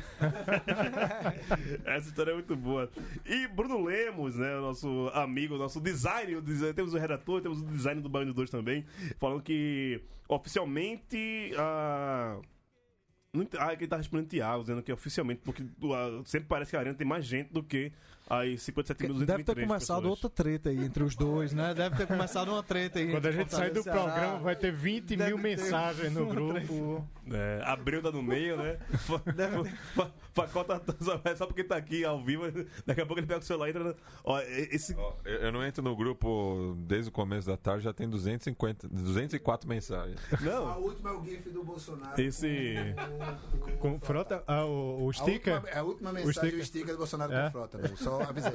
Essa história é muito boa. E Bruno Lemos, né, nosso amigo, nosso design, o design- temos o redator, temos o design do Baiano dois também, falando que oficialmente a não ent- Ah, é que ele tá respondendo Thiago, dizendo que oficialmente, porque ah, sempre parece que a arena tem mais gente do que as cinquenta e sete mil duzentos e vinte e três Deve ter começado pessoas. outra treta aí entre os dois, né? Deve ter começado uma treta aí. Quando a entre gente sair do Fortaleza e Ceará. programa, vai ter vinte Deve mil ter. mensagens no grupo. É, Abreu tá no meio, né? Fa- fa- Facota só, só porque tá aqui ao vivo, daqui a pouco ele pega o celular e entra. na- Ó, esse. Ó, eu, eu não entro no grupo desde o começo da tarde, já tem duzentos e cinquenta, duzentos e quatro mensagens. A Não, última é o GIF do Bolsonaro. esse. com- com- com Confronta ah, o, o A sticker. última, a última mensagem, sticker. o sticker do Bolsonaro É? com Frota, né? Só avisei.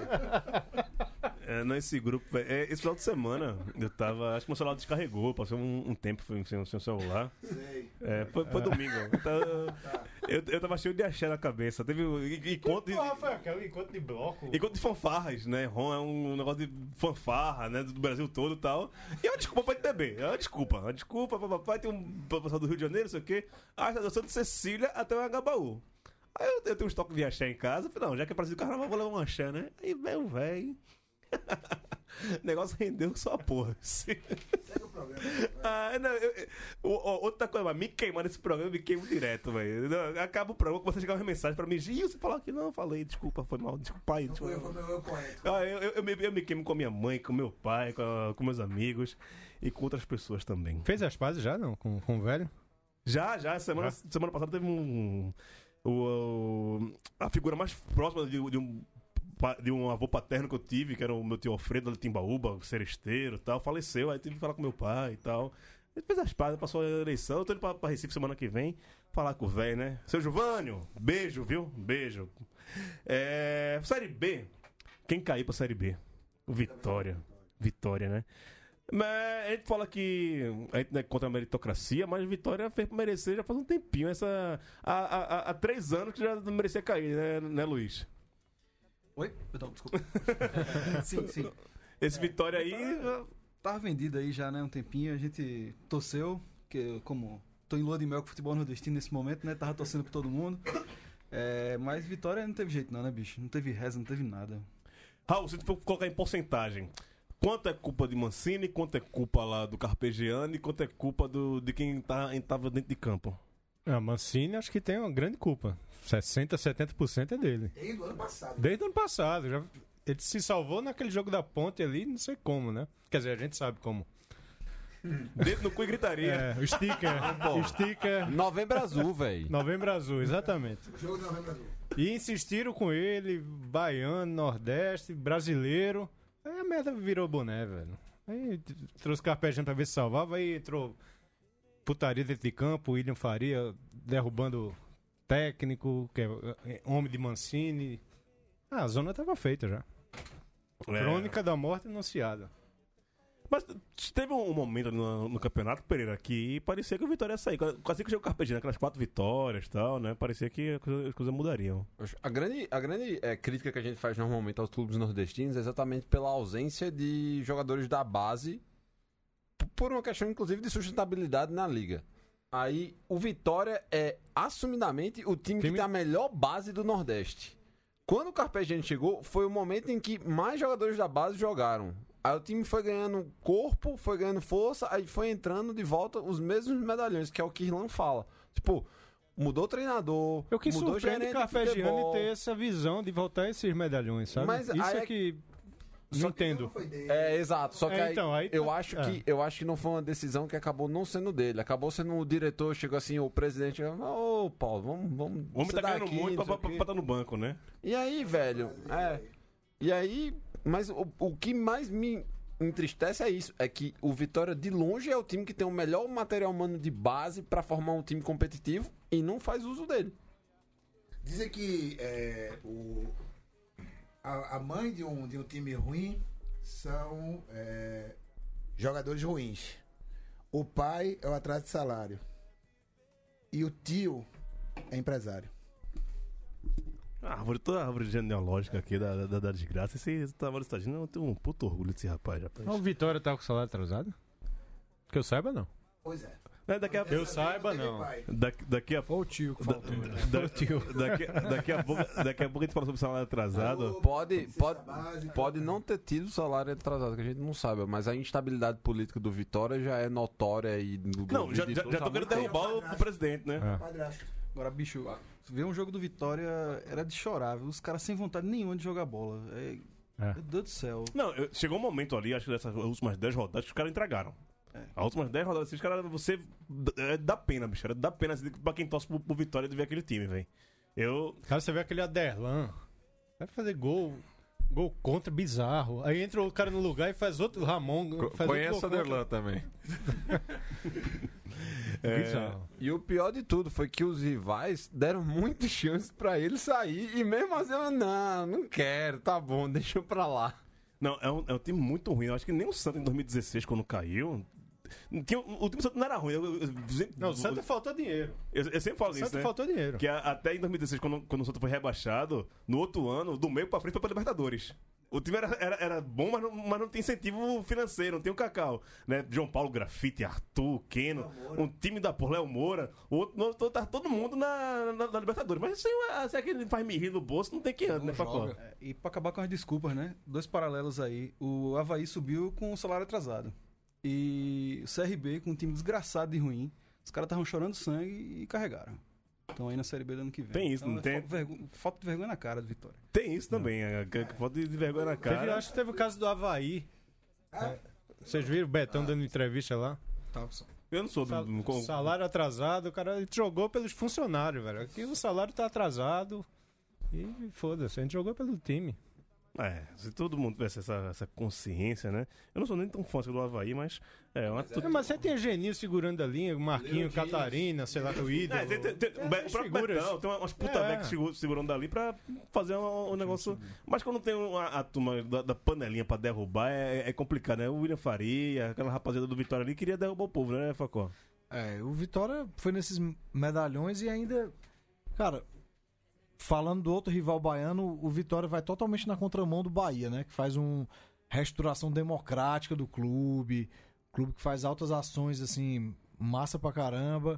É, nesse grupo, velho, é, esse final de semana eu tava. Acho que meu celular descarregou, passei um, um tempo sem, sem o celular. Sei. É, foi, foi domingo. Eu tava, eu, eu tava cheio de axé na cabeça. Teve um en- encontro de, Pô, Rafael, aquele encontro de bloco. encontro de fanfarras, né? Ron é um negócio de fanfarra, né? Do Brasil todo e tal. E é uma desculpa pra ele beber. É uma desculpa. Uma desculpa pra papai. Tem um professor do Rio de Janeiro, não sei o quê. Ah, da Santa Cecília até o Agabaú. Aí eu, eu tenho um estoque de axé em casa. Eu falei, não, já que é Brasil do Carnaval, vou levar um axé, né? Aí, velho, velho. O negócio rendeu só a porra. Segue o programa. Ah, não, eu, eu- o- o- outra coisa, mas me queimar nesse programa, eu me queimo direto, velho. Não, acaba o programa, começa a chegar uma mensagem pra mim. Gil, você falou que não, eu falei, desculpa, foi mal, desculpa aí. Foi Desculpa. eu, foi meu eu poético. Ah, eu, eu, eu me, eu me queimo com a minha mãe, com meu pai, com, a- com meus amigos e com outras pessoas também. Fez as pazes já, não? Com, com o velho? Já, já, semana, Já? semana passada teve um. O, o- a figura mais próxima de, de um. pa- De um avô paterno que eu tive, que era o meu tio Alfredo de Timbaúba, seresteiro e tal, faleceu, aí tive que falar com meu pai e tal. Ele fez as pazes, passou a eleição, eu tô indo pra, pra Recife semana que vem, falar com o velho, né? Seu Giovânio, beijo, viu? Beijo. É, série B. Quem caiu pra Série B? O Vitória. Vitória, né? Mas a gente fala que a gente não é contra a meritocracia, mas Vitória fez pra merecer já faz um tempinho. Essa, há, há, há três anos que já não merecia cair, né, né Luiz? Oi? Perdão, desculpa. sim, sim. Esse Vitória aí. Tava vendido aí já, né? Um tempinho. A gente torceu, que eu, como tô em lua de mel com o futebol nordestino nesse momento, né? Tava torcendo pra todo mundo. É, mas Vitória não teve jeito não, né, bicho? Não teve reza, não teve nada. Raul, se tu for colocar em porcentagem, quanto é culpa de Mancini, quanto é culpa lá do Carpegiani e quanto é culpa do, de quem tá, tava dentro de campo? Ah, Mancini acho que tem uma grande culpa. sessenta, setenta por cento é dele. Desde o ano passado. Desde o ano passado. Já, ele se salvou naquele jogo da ponte ali, não sei como, né? Quer dizer, a gente sabe como. Dedo no cu e gritaria. É, o sticker. Pô. o sticker. Novembro Azul, velho. Novembro Azul, exatamente. Jogo de Novembro Azul. E insistiram com ele, baiano, nordeste, brasileiro. Aí a merda virou boné, velho. Aí t- trouxe Carpegiani pra ver se salvava, aí entrou putaria dentro de campo, William Faria derrubando técnico, que é é, homem de Mancini. Ah, a zona tava feita já. É. Crônica da morte anunciada. Mas teve um momento no, no campeonato, Pereira, que parecia que o Vitória ia sair. Quase que chegou o Carpegiani, aquelas quatro vitórias e tal, né? Parecia que as coisas, as coisas mudariam. A grande, a grande é, crítica que a gente faz normalmente aos clubes nordestinos é exatamente pela ausência de jogadores da base, p- por uma questão, inclusive, de sustentabilidade na liga. Aí, o Vitória é, assumidamente, o time, Time- que tem a melhor base do Nordeste. Quando o Carpegiani chegou, foi o momento em que mais jogadores da base jogaram. Aí o time foi ganhando corpo, foi ganhando força, aí foi entrando de volta os mesmos medalhões, que é o que Irlan fala. Tipo, mudou o treinador, Eu que mudou o surpreende gerente de Carpegiani futebol. ter essa visão de voltar esses medalhões, sabe? Mas Isso aí é é- que não Só entendo. Foi dele. É, exato. Só que É, aí, então, aí eu, tá- acho é. que, eu acho que não foi uma decisão que acabou não sendo dele. Acabou sendo o diretor, chegou assim, o presidente chegou, ô Paulo, vamos... vamos O homem tá se dar ganhando aqui, muito não pra sei o quê." estar no banco, né? E aí, velho, é... E aí, mas o, o que mais me entristece é isso, é que o Vitória de longe é o time que tem o melhor material humano de base pra formar um time competitivo e não faz uso dele. Dizem que é, o, a, a mãe de um, de um time ruim são é, jogadores ruins. O pai é o atraso de salário. E o tio é empresário. A árvore, toda a árvore genealógica aqui da, da, da desgraça. Esse Tavares Tagino, eu tenho um puto orgulho desse rapaz, rapaz. O Vitória tá com o salário atrasado? Que eu saiba, não. Pois é. É, daqui a, Eu saiba, não. daqui, daqui a Ou o tio que faltou. Da- daqui, daqui, a pouco, daqui a pouco a gente fala sobre salário atrasado. Pode, pode, pode não ter tido salário atrasado, que a gente não sabe, mas a instabilidade política do Vitória já é notória e do Não, já, de já, todos já tô há muito querendo derrubar o, o presidente, né? É. Padrasto. Agora, bicho, ver um jogo do Vitória era de chorar, viu? Os caras sem vontade nenhuma de jogar bola. É... É. Meu Deus do céu. Não, eu- chegou um momento ali, acho que dessas últimas dez rodadas, que os caras entregaram. É. As últimas dez rodadas, assim, os caras, você. É, dá pena, bicho. Era dá pena assim, pra quem torce pro, pro Vitória de ver aquele time, velho. Eu. Cara, você vê aquele Aderlan. Vai fazer gol. Gol contra, bizarro. Aí entra o cara no lugar e faz outro Ramon. Co- Faz Conheço o outro gol Aderlan também. contra. Bizarro. E o pior de tudo foi que os rivais deram muita chance pra ele sair e mesmo assim, eu, não, não quero, tá bom, deixa eu pra lá. Não, é um, é um time muito ruim. Eu acho que nem o Santos em dois mil e dezesseis, quando caiu. Tinha, o time do Santos não era ruim. Eu, eu- eu- Não, o Santa faltou dinheiro. eu, eu sempre falo O isso, Santa né? faltou dinheiro. Que a- até em dois mil e dezesseis, quando, quando o Santos foi rebaixado, no outro ano, do meio pra frente foi pra Libertadores. O time era, era, era bom, mas não, mas não tem incentivo financeiro, não tem o Cacau. Né? João Paulo Grafite, Arthur, Keno, um time da porra, Léo Moura, o outro, no, todo, tá todo mundo na, na, na Libertadores. Mas isso aí, se é que ele faz me rir no bolso, não tem quem anda, né, Facó? É, e pra acabar com as desculpas, né? Dois paralelos aí. O Avaí subiu com o salário atrasado. E o C R B com um time desgraçado e ruim. Os caras estavam chorando sangue e carregaram. Estão aí na Série B do ano que vem. Tem isso, Então, não é tem? Falta, de vergonha, falta de vergonha na cara do Vitória. Tem isso também, é, que- que falta de vergonha na Teve, cara. acho que teve o caso do Havaí. É. Vocês viram o Betão dando entrevista lá? Eu não sou do. Sal- do- com- Salário atrasado, o cara jogou pelos funcionários, velho. Aqui o salário tá atrasado. E foda-se, a gente jogou pelo time. É, se todo mundo tivesse essa, essa consciência, né? Eu não sou nem tão fã do Havaí, mas é uma. Mas, mas você tem Genil segurando a linha, Marquinho, Catarina, sei lá, o ídolo. É, tem, tem, tem, o Be- o as próprio figuras. Betão, tem umas puta É. velha que segura- segurando dali pra fazer um, um negócio. Mas quando tem uma, a turma da, da panelinha pra derrubar, é, é complicado, né? O William Faria, aquela rapaziada do Vitória ali, queria derrubar o povo, né, Facó? É, o Vitória foi nesses medalhões e ainda. Cara, falando do outro rival baiano, o Vitória vai totalmente na contramão do Bahia, né? Que faz uma restauração democrática do clube. Clube que faz altas ações, assim, massa pra caramba.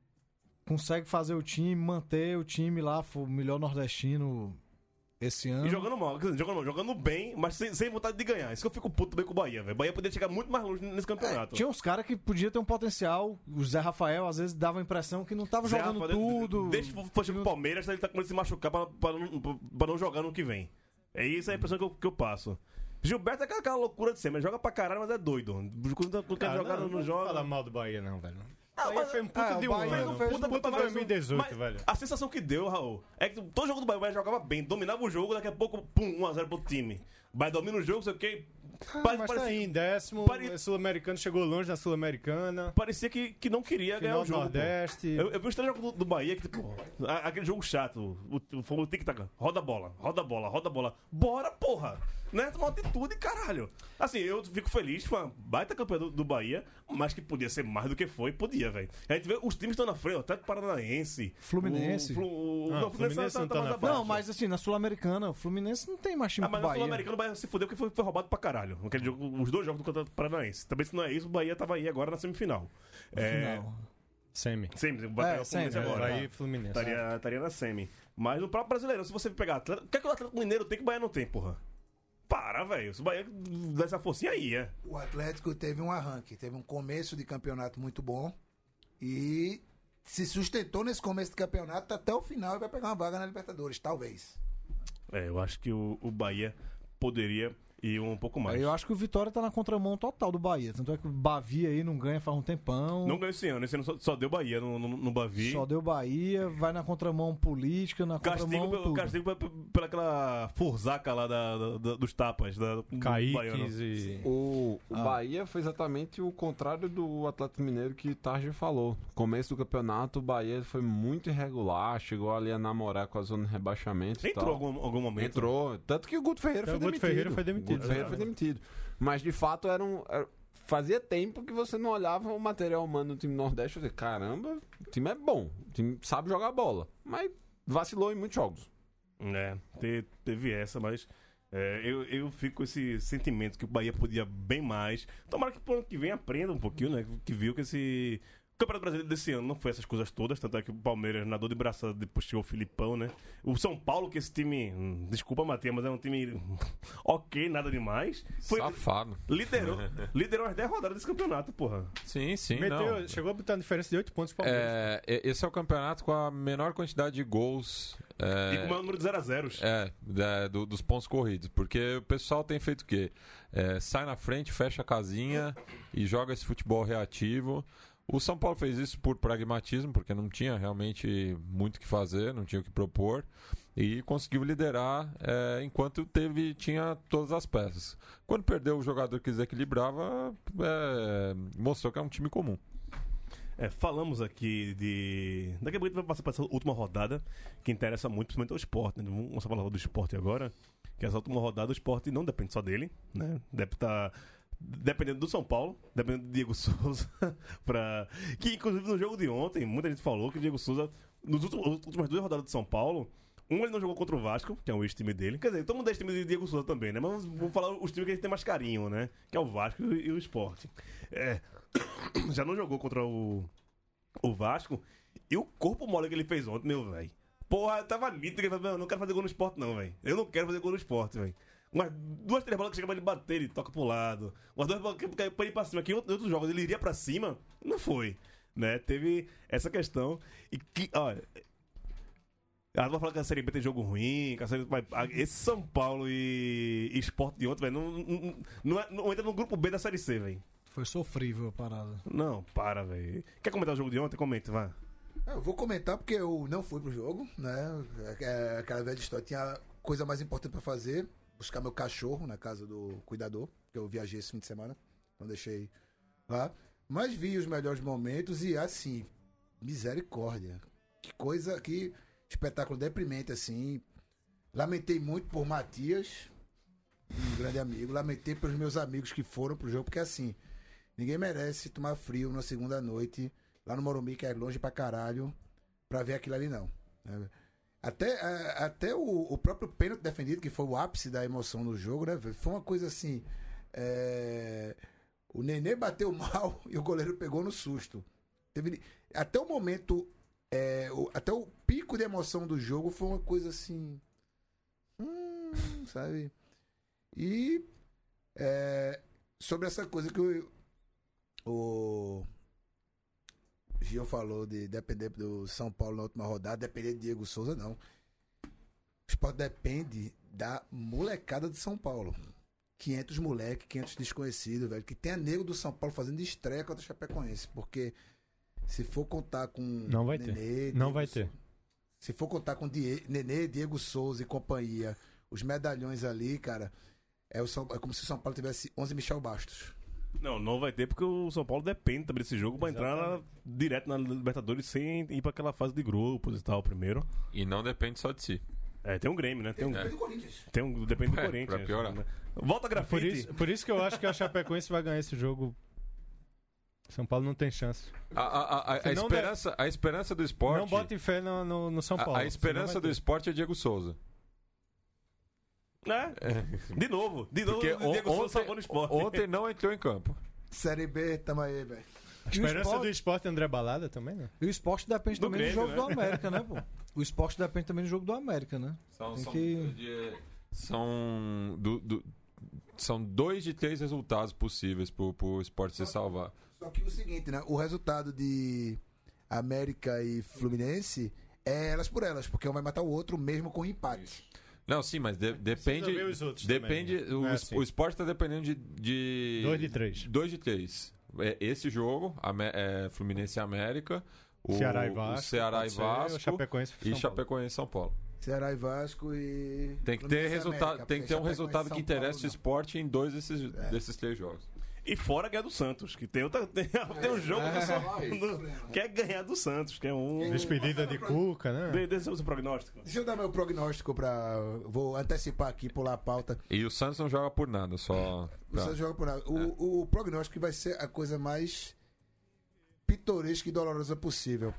Consegue fazer o time, manter o time lá, foi o melhor nordestino esse ano. E jogando mal, quer dizer, jogando, mal, jogando bem, mas sem, sem vontade de ganhar. Isso que eu fico puto bem com o Bahia, velho. O Bahia poderia chegar muito mais longe nesse campeonato. Tinha uns caras que podia ter um potencial. O Zé Rafael, às vezes, dava a impressão que não tava Zé jogando Rafael, tudo. Deixa o for pro Palmeiras, ele tá começando a se machucar pra, pra, não, pra não jogar no que vem. É isso a impressão que eu, que eu passo. Gilberto é aquela, aquela loucura de sempre, joga pra caralho, mas é doido. Quando, quando quer Ah, jogar não, no não jogo. fala mal do Bahia, não, velho. Ah, Bahia mas- foi um puta ah, de o um Bahia ano. fez um Puta, puta puta mas- dois mil e dezoito, mas velho. A sensação que deu, Raul, é que todo jogo do Bahia o Bahia jogava bem, dominava o jogo, daqui a pouco, pum, um a zero pro time. Vai domina o jogo, sei o quê. Ah, Pare- mas tá parecia, aí em décimo, pare- Sul-Americano chegou longe na Sul-Americana. parecia que, que não queria ganhar Final o do jogo. pô. Nordeste. Eu, eu vi os três jogos do, do Bahia que, tipo, a- aquele jogo chato. O, o, o tic-tac. Roda a bola, roda a bola, roda a bola. Bora, porra! Né? Tomar atitude, caralho. Assim, eu fico feliz, foi uma baita campanha do, do Bahia, mas que podia ser mais do que foi, podia, velho. A gente vê os times estão na frente, até o Paranaense. Fluminense. O, Flu- o, Ah, não, o Fluminense Fluminense não tá mais na abaixo. Não, mas assim, na Sul-Americana, o Fluminense não tem mais time Ah, que mas o no Bahia. Sul-Americano o Bahia se fudeu porque foi, foi roubado pra caralho. Aquele jogo, os dois jogos do Campeonato Paranaense. Também se não é isso, o Bahia tava aí agora na semifinal. É, Final. Semi. Semi, vai É, pegar o Fluminense semi, agora. Bahia e Fluminense. Estaria, estaria na semi. Mas no próprio Brasileirão, se você pegar Atlético, o que é que o Atlético Mineiro tem que o Bahia não tem, porra? Para, velho. Se o Bahia dá essa forcinha aí, é. O Atlético teve um arranque, teve um começo de campeonato muito bom e se sustentou nesse começo de campeonato até o final e vai pegar uma vaga na Libertadores, talvez. É, eu acho que o, o Bahia poderia ir um pouco mais. Eu acho que o Vitória tá na contramão total do Bahia. Tanto é que o Bavi aí não ganha faz um tempão. Não ganhou esse ano, esse ano só, só deu Bahia no, no, no Bavi. Só deu Bahia, vai na contramão política, na Castigo, contramão pelo, tudo. castigo pela, pela aquela forzaca lá da, da- da- dos tapas. Da, do baiano. Kaiques e... O, o Ah. Bahia foi exatamente o contrário do Atlético Mineiro que Tarja falou. Começo do campeonato, o Bahia foi muito irregular, chegou ali a namorar com a zona de rebaixamento. e Entrou tal. algum, algum momento. Entrou. Tanto que o Guto Ferreira É, foi o Guto demitido. Ferreira foi demitido. O Guto Ferreira foi demitido. Mas de fato era um. era- Fazia tempo que você não olhava o material humano do time Nordeste e dizia, caramba, o time é bom, o time sabe jogar bola. Mas vacilou em muitos jogos. É, te- teve essa, mas é, eu, eu fico com esse sentimento que o Bahia podia bem mais. Tomara que pro ano que vem aprenda um pouquinho, né? Que viu que esse. O Campeonato Brasileiro desse ano não foi essas coisas todas, tanto é que o Palmeiras nadou de braçada depois chegou o Filipão, né? O São Paulo, que esse time. hum, Desculpa, Matheus, mas é um time ok, nada demais. Foi, Safado. liderou, liderou as dez rodadas desse campeonato, porra. Sim, sim, Meteu- não. chegou a botar uma diferença de oito pontos pro Palmeiras. É, e- esse é o campeonato com a menor quantidade de gols. é, E com o maior número de zero a zeros. É, da- do- dos pontos corridos. Porque o pessoal tem feito o quê? É, sai na frente, fecha a casinha e joga esse futebol reativo. O São Paulo fez isso por pragmatismo, porque não tinha realmente muito o que fazer, não tinha o que propor. E conseguiu liderar é, enquanto teve tinha todas as peças. Quando perdeu o jogador que desequilibrava, é, mostrou que é um time comum. É, falamos aqui de. Daqui a pouco a gente vai passar para essa última rodada, que interessa muito, principalmente ao esporte. Né? Vamos começar a falar do esporte agora. Que essa última rodada, o esporte não depende só dele, né? Deve estar dependendo do São Paulo, dependendo do Diego Souza. pra... Que inclusive no jogo de ontem, muita gente falou que o Diego Souza, nos últimos, nas últimas duas rodadas do São Paulo, um ele não jogou contra o Vasco, que é um ex-time dele. Quer dizer, todo mundo é ex-time de Diego Souza também, né? Mas vamos falar os times que a gente tem mais carinho, né? Que é o Vasco e, e o Sport. É. Já não jogou contra o, o Vasco. E o corpo mole que ele fez ontem, meu velho. Porra, eu tava nítido que ele falou, eu não quero fazer gol no Sport, não, velho. Eu não quero fazer gol no Sport, velho. Umas duas, três bolas que chegam pra ele bater, ele toca pro lado. Umas duas bolas que caiu pra ele pra cima. Que em outros jogos ele iria pra cima, não foi. Né? Teve essa questão. E que, olha. Ah, não vou falar que a Série B tem jogo ruim, que a série... mas, ah, esse São Paulo e, e Sport de ontem, velho, não, não, não, é- não entra no grupo B da Série C, velho. Foi sofrível a parada. Não, para, velho. Quer comentar o jogo de ontem? Comenta, vai. Eu vou comentar porque eu não fui pro jogo, né? É, aquela velha história. Tinha coisa mais importante pra fazer. Buscar meu cachorro na casa do cuidador, que eu viajei esse fim de semana. Então deixei lá. Mas vi os melhores momentos e, assim, misericórdia. Que coisa, que espetáculo deprimente, assim. Lamentei muito por Matias, um grande amigo. Lamentei pelos meus amigos que foram pro jogo, porque, assim, ninguém merece tomar frio na segunda noite lá no Morumbi, que é longe pra caralho, pra ver aquilo ali, não. Até, a- até o, o próprio pênalti defendido, que foi o ápice da emoção do jogo, né? Foi uma coisa assim. é, O Nenê bateu mal e o goleiro pegou no susto. Teve... Até o momento. é, o- Até o pico de emoção do jogo foi uma coisa assim. Hum, sabe? E. é, Sobre essa coisa que o. O Gil falou de depender do São Paulo na última rodada, depender de Diego Souza, não. O Sport depende da molecada de São Paulo. quinhentos moleque, quinhentos desconhecidos, velho. Que tenha nego do São Paulo fazendo estreia contra o Chapecoense. Porque se for contar com Não vai ter. Nenê, Não Diego vai Sou- ter. Se for contar com Die... Nenê, Diego Souza e companhia, os medalhões ali, cara, é, o São... é como se o São Paulo tivesse onze Michel Bastos. Não, não vai ter porque o São Paulo depende também desse jogo pra entrar na- direto na Libertadores sem ir pra aquela fase de grupos e tal primeiro. E não depende só de si. É, tem um Grêmio, né? Tem um, É. do Corinthians. tem um depende do É, Corinthians. pra piorar. né? Volta grafite. Por isso, por isso que eu acho que a Chapecoense vai ganhar esse jogo. São Paulo não tem chance. A, a, a, a, Se não esperança, a esperança do esporte. Não botem fé no, no, no São Paulo. a, a esperança senão do vai ter. esporte é Diego Souza. Né? De novo. De novo, Porque o Diego on- Souza ontem, salvou no esporte. ontem não entrou em campo. Série B, tamo aí, velho. A esperança do esporte é André Balada também, né? E o esporte depende Do também Grêmio, do jogo né? do América, né, pô? O esporte depende também do jogo do América, né? São, Tem são, que- de- são, do- do- são dois de três resultados possíveis pro, pro esporte se salvar. Só que o seguinte, né? O resultado de América e Fluminense é elas por elas, porque um vai matar o outro mesmo com empate. Não, sim, mas de- depende. ver os outros Depende. também, né? O, Não é assim. o esporte tá dependendo de. de Dois de três. Dois de três. É, esse jogo, Amé- é, Fluminense e América. O Ceará e o Vasco. Ceará pode e ser, Vasco. o Chapecoense E São Paulo. Chapecoense e São Paulo. Ceará e Vasco e. Tem que ter Fluminense e resultado, América, tem que ter um porque resultado Chapecoense que e São interesse o Paulo, esporte em dois desses, desses três jogos. E fora ganhar do Santos, que tem, outra, tem, tem um jogo do São- do- que é ganhar do Santos, que é um. Despedida de Cuca, né? De- Desse é o seu prognóstico. Deixa eu dar meu prognóstico pra. Vou antecipar aqui, pular a pauta. E o Santos não joga por nada, só. O Santos joga por nada. O, o prognóstico vai ser a coisa mais pitoresca e dolorosa possível.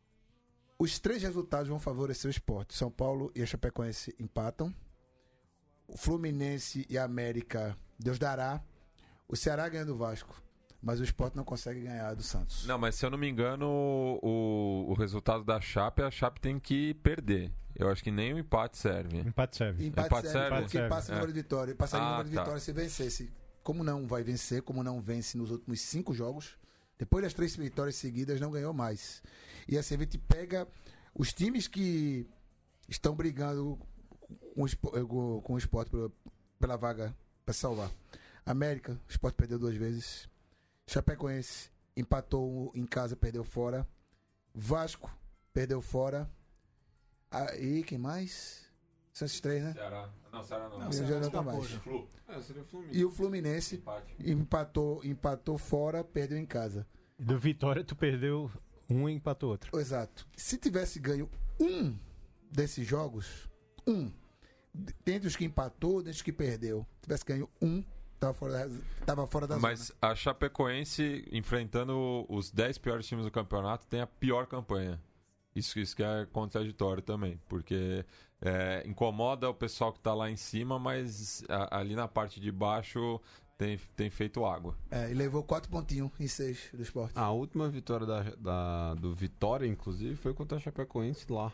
Os três resultados vão favorecer o esporte. São Paulo e a Chapecoense empatam. O Fluminense e a América, Deus dará. O Ceará ganha do Vasco. Mas o esporte não consegue ganhar do Santos. Não, mas se eu não me engano, o, o resultado da Chape, a Chape tem que perder. Eu acho que nem o empate serve. Empate serve. Empate, Empate serve, serve? porque Serve, passa em é. número de vitória. Passaria em Ah, número de tá. vitória se vencesse. Como não vai vencer, como não vence nos últimos cinco jogos, depois das três vitórias seguidas, não ganhou mais. E assim, a gente pega os times que estão brigando com o Spo- eh, com com o esporte pela, pela vaga para salvar. América, o esporte perdeu duas vezes. Chapecoense empatou em casa, perdeu fora. Vasco perdeu fora. Aí, quem mais? São esses três, né? Ceará. Não, Ceará não. Eu já não tá mais. É, seria o Fluminense. E o Fluminense empatou, empatou fora, perdeu em casa. Do Vitória, tu perdeu um e empatou outro. Exato. Se tivesse ganho um desses jogos, um, dentre os que empatou, dentre os que perdeu, tivesse ganho um, tava fora da, tava fora da Mas zona. a Chapecoense, enfrentando os dez piores times do campeonato, tem a pior campanha. Isso, isso que é contraditório também, porque é, incomoda o pessoal que tá lá em cima, mas a- ali na parte de baixo tem, tem feito água. É, e levou quatro pontinhos em seis do esporte. A última vitória da, da- do Vitória, inclusive, foi contra a Chapecoense lá.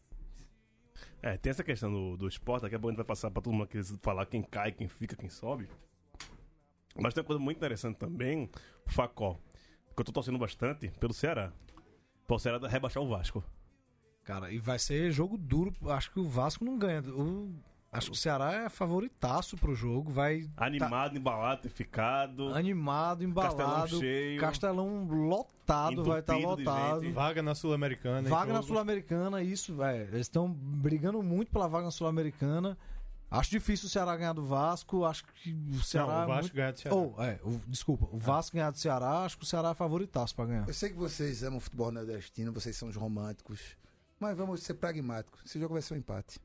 É, tem essa questão do, do esporte, daqui a pouco a gente vai passar pra todo mundo aqui falar quem cai, quem fica, quem sobe. Mas tem uma coisa muito interessante também, o Facó, que eu tô torcendo bastante pelo Ceará. Pra o Ceará rebaixar o Vasco. Cara, e vai ser jogo duro. Acho que o Vasco não ganha. O- acho que o Ceará é favoritaço pro jogo. Vai Animado, embalado, ter ficado. tá animado, embalado. Castelão cheio. Castelão lotado, vai estar Entupido de lotado. gente. Vaga na Sul-Americana. em Vaga na jogo. Sul-Americana, isso, velho. Eles estão brigando muito pela vaga na Sul-Americana. Acho difícil o Ceará ganhar do Vasco. Acho que o Ceará. Não, o é Vasco muito... ganha do Ceará. Oh, é, o- desculpa, o Vasco ganhar do Ceará, acho que o Ceará é favoritaço pra ganhar. Eu sei que vocês amam futebol nordestino, vocês são os românticos, mas vamos ser pragmáticos. Esse jogo vai ser um empate.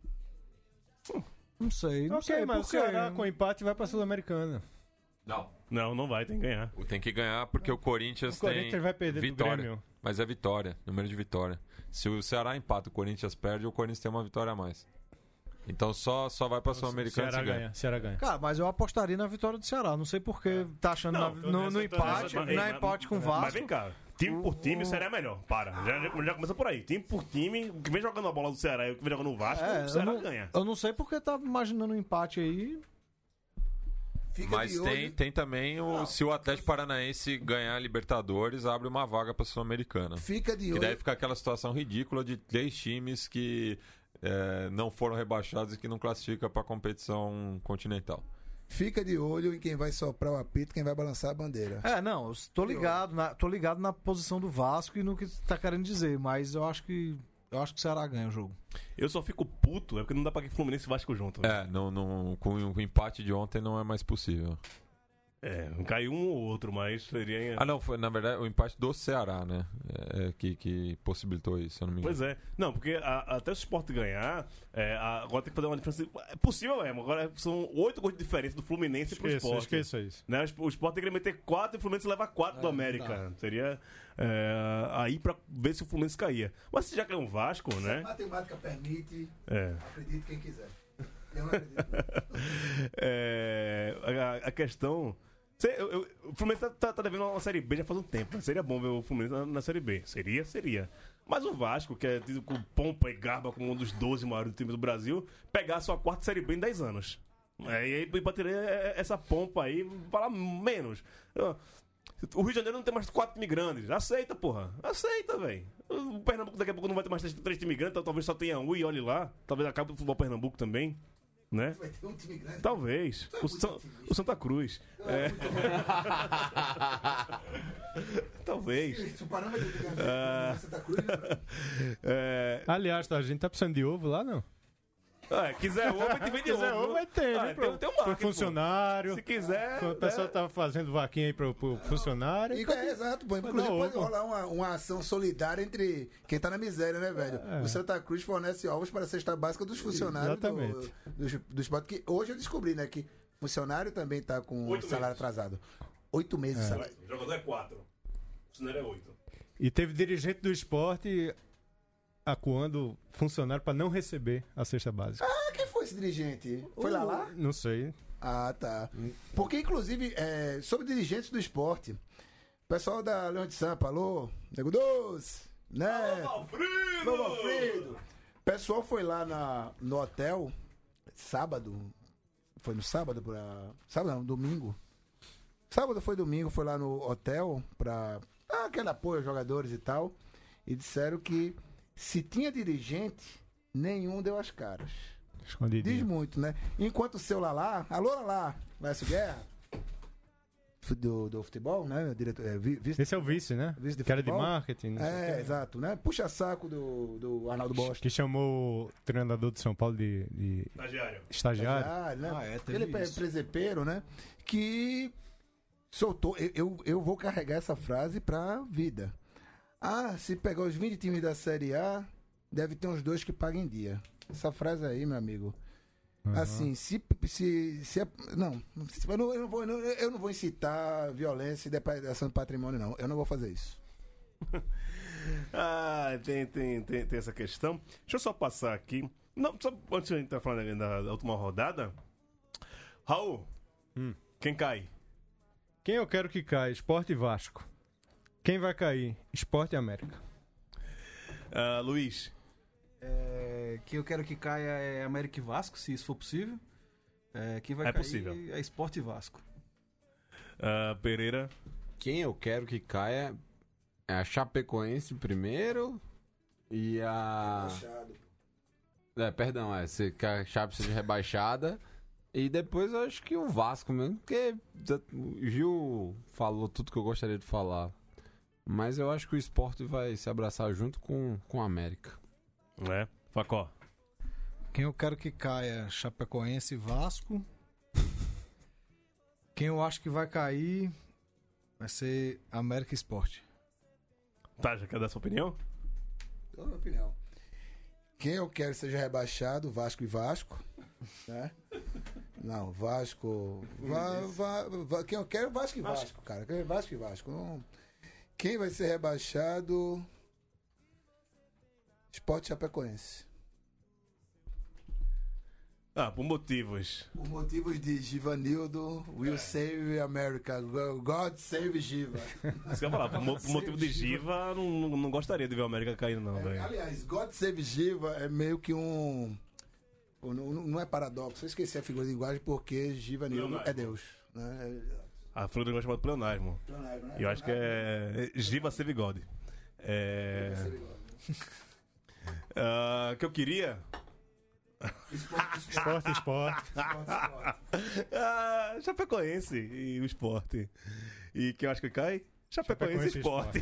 Não sei, não Ok, sei mas por o quê. Ceará com empate vai pra Sul-Americana. Não. Não, não vai, tem que ganhar. Tem que ganhar porque o Corinthians O Corinthians tem vai perder pro vitória. Grêmio. Mas é vitória, número de vitória. Se o Ceará empata, o Corinthians perde, o Corinthians tem uma vitória a mais. Então só, só vai pra Sul-Americana Ceará se ganha. ganha. Ceará ganha. Cara, mas eu apostaria na vitória do Ceará. Não sei por que tá achando Não, na- tô no, nessa- no tô empate, nessa Mas- na mas- empate com o Mas Vasco. vem cá, time por time, o Ceará é melhor. Para, já, já, já começa por aí. Time por time, o que vem jogando a bola do Ceará e o que vem jogando o Vasco, É, o Ceará eu, não, ganha. eu não sei porque tá imaginando um empate aí. Fica Mas de tem, olho. tem também o. Se o Atlético Paranaense ganhar a Libertadores, abre uma vaga pra Sul-Americana. Fica de Que olho. daí fica aquela situação ridícula de três times que é, não foram rebaixados e que não classificam pra competição continental. fica de olho em quem vai soprar o apito, quem vai balançar a bandeira. É, não, eu tô ligado, na, tô ligado na posição do Vasco e no que tá querendo dizer, mas eu acho que eu acho que o Ceará ganha o jogo. Eu só fico puto, é porque não dá pra que Fluminense e Vasco junto. velho. É, não, não, com o empate de ontem não é mais possível. É, caiu um ou outro, mas seria... Ah, não, foi na verdade o empate do Ceará, né? É, que, que possibilitou isso, se eu não me engano. Pois é. Não, porque a- até se o Sport ganhar, é, a- agora tem que fazer uma diferença. É possível mesmo. Agora são oito gols de diferença do Fluminense pro Esqueça, Sport. esqueça isso. Né? O Sport tem que meter quatro e o Fluminense leva quatro do É, América. Seria é, aí pra ver se o Fluminense caía. Mas se já caiu um Vasco, Se a né? matemática permite, É. acredite quem quiser. Eu não acredito. É, a, a questão. Cê- eu- eu- o Fluminense tá, tá, tá devendo uma Série B já faz um tempo. Né? Seria bom ver o Fluminense na, na Série B. Seria, seria. Mas o Vasco, que é tido com pompa e garba como um dos doze maiores times do Brasil, pegar a sua quarta Série B em dez anos. É, e aí, pra ter essa pompa aí, falar menos. O Rio de Janeiro não tem mais quatro times grandes. Aceita, porra. Aceita, velho. O Pernambuco daqui a pouco não vai ter mais três, três times grandes, então talvez só tenha um e olhe lá. Talvez acabe o futebol Pernambuco também. Né? Vai ter um time grande. Talvez. O, Sa- o Santa Cruz. É. Talvez. O parâmetro de grande Ah. Santa Cruz, né? É, Aliás, tá, a gente tá precisando de ovo lá, não? é, quiser ovo, vai ter vende Quiser ovo. ovo, vai ter, Ah, viu? tem, Pro, tem um pro marketing, pô. funcionário. Se quiser. O pessoal né? tá fazendo vaquinha aí pro, pro funcionário. E, é, exato, pô. Inclusive não, pode ovo. rolar uma, uma ação solidária entre quem tá na miséria, né, velho? É. O Santa Cruz fornece ovos para a cesta básica dos funcionários do, Exatamente. do, do esporte. Que hoje eu descobri, né, que funcionário também tá com Oito salário meses. atrasado. Oito meses de salário. O jogador é quatro. O funcionário é oito. E teve dirigente do esporte acuando funcionário pra não receber a cesta básica. Ah, quem foi esse dirigente? Foi lá lá? Não sei. Ah, tá. Porque, inclusive, é, sobre dirigentes do esporte, o pessoal da Leão de Sampa, alô, Nego Doce, né? Alfredo! Alô, Alfredo! O pessoal foi lá na, no hotel, sábado, foi no sábado pra... Sábado não, domingo. Sábado foi domingo, foi lá no hotel pra dar aquele apoio aos jogadores e tal, e disseram que se tinha dirigente, nenhum deu as caras. Diz Escondidinho. muito, né? Enquanto o seu Lalá, alô Lalá, Lécio Guerra, do, do futebol, né? Diretor, é, vi- vice, Esse é o vice, né? vice de Que era de futebol. marketing. não sei o É, quê. exato, né? Puxa saco do, do Arnaldo Bosta. Que chamou o treinador de São Paulo de, de Estagiário. estagiário. Ah, né? Ah, é, teve Aquele isso. presepeiro, né? Que soltou. Eu, eu, eu vou carregar essa frase pra vida. Ah, se pegar os vinte times da Série A, deve ter uns dois que pagam em dia. Essa frase aí, meu amigo. Uhum. Assim, se. se, se é- não, eu não, eu, não vou, eu não- eu não vou incitar violência e depredação de patrimônio, não. Eu não vou fazer isso. Ah, tem, tem, tem, tem essa questão. Deixa eu só passar aqui. Não, só antes de a gente tá falando da, da última rodada. Raul, Hum. quem cai? Quem eu quero que caia? Esporte e Vasco. Quem vai cair? Esporte e América. Ah, Luiz. É, quem eu quero que caia é América e Vasco, se isso for possível. É, quem vai É cair possível. é Sport e Vasco. Ah, Pereira. Quem eu quero que caia é a Chapecoense primeiro e a. É, perdão, é. Se que a Chape seja rebaixada. E depois eu acho que o Vasco mesmo, porque o Gil falou tudo que eu gostaria de falar. Mas eu acho que o Sport vai se abraçar junto com, com a América. É, Facó. Quem eu quero que caia? Chapecoense e Vasco. Quem eu acho que vai cair vai ser América e Sport. Tá, já quer dar sua opinião? Tô na minha opinião. Quem eu quero que seja rebaixado, Vasco e Vasco. Né? Não, Vasco. Va, va, va- quem eu quero, Vasco e Vasco, cara. Quem- Vasco e Vasco. Não- Quem vai ser rebaixado? Sport Chapecoense. Ah, por motivos. Por motivos de Givanildo, Will Save America. God Save Giva. Isso que eu ia falar, por, mo- por motivo de Giva, não, não, não gostaria de ver o América caindo, não, É, velho. aliás, God Save Giva é meio que um. Não, não é paradoxo. Eu esqueci a figura de linguagem porque Givanildo é Deus. Né? A flor do negócio chamado pleonasmo. E eu acho que é Giva Save God. É. Ah, que eu queria. Esporte, esporte. Esporte, esporte. Esporte, esporte. Ah, Chapecoense e o Esporte. E quem eu acho que cai? Chapecoense, Chapecoense e Esporte.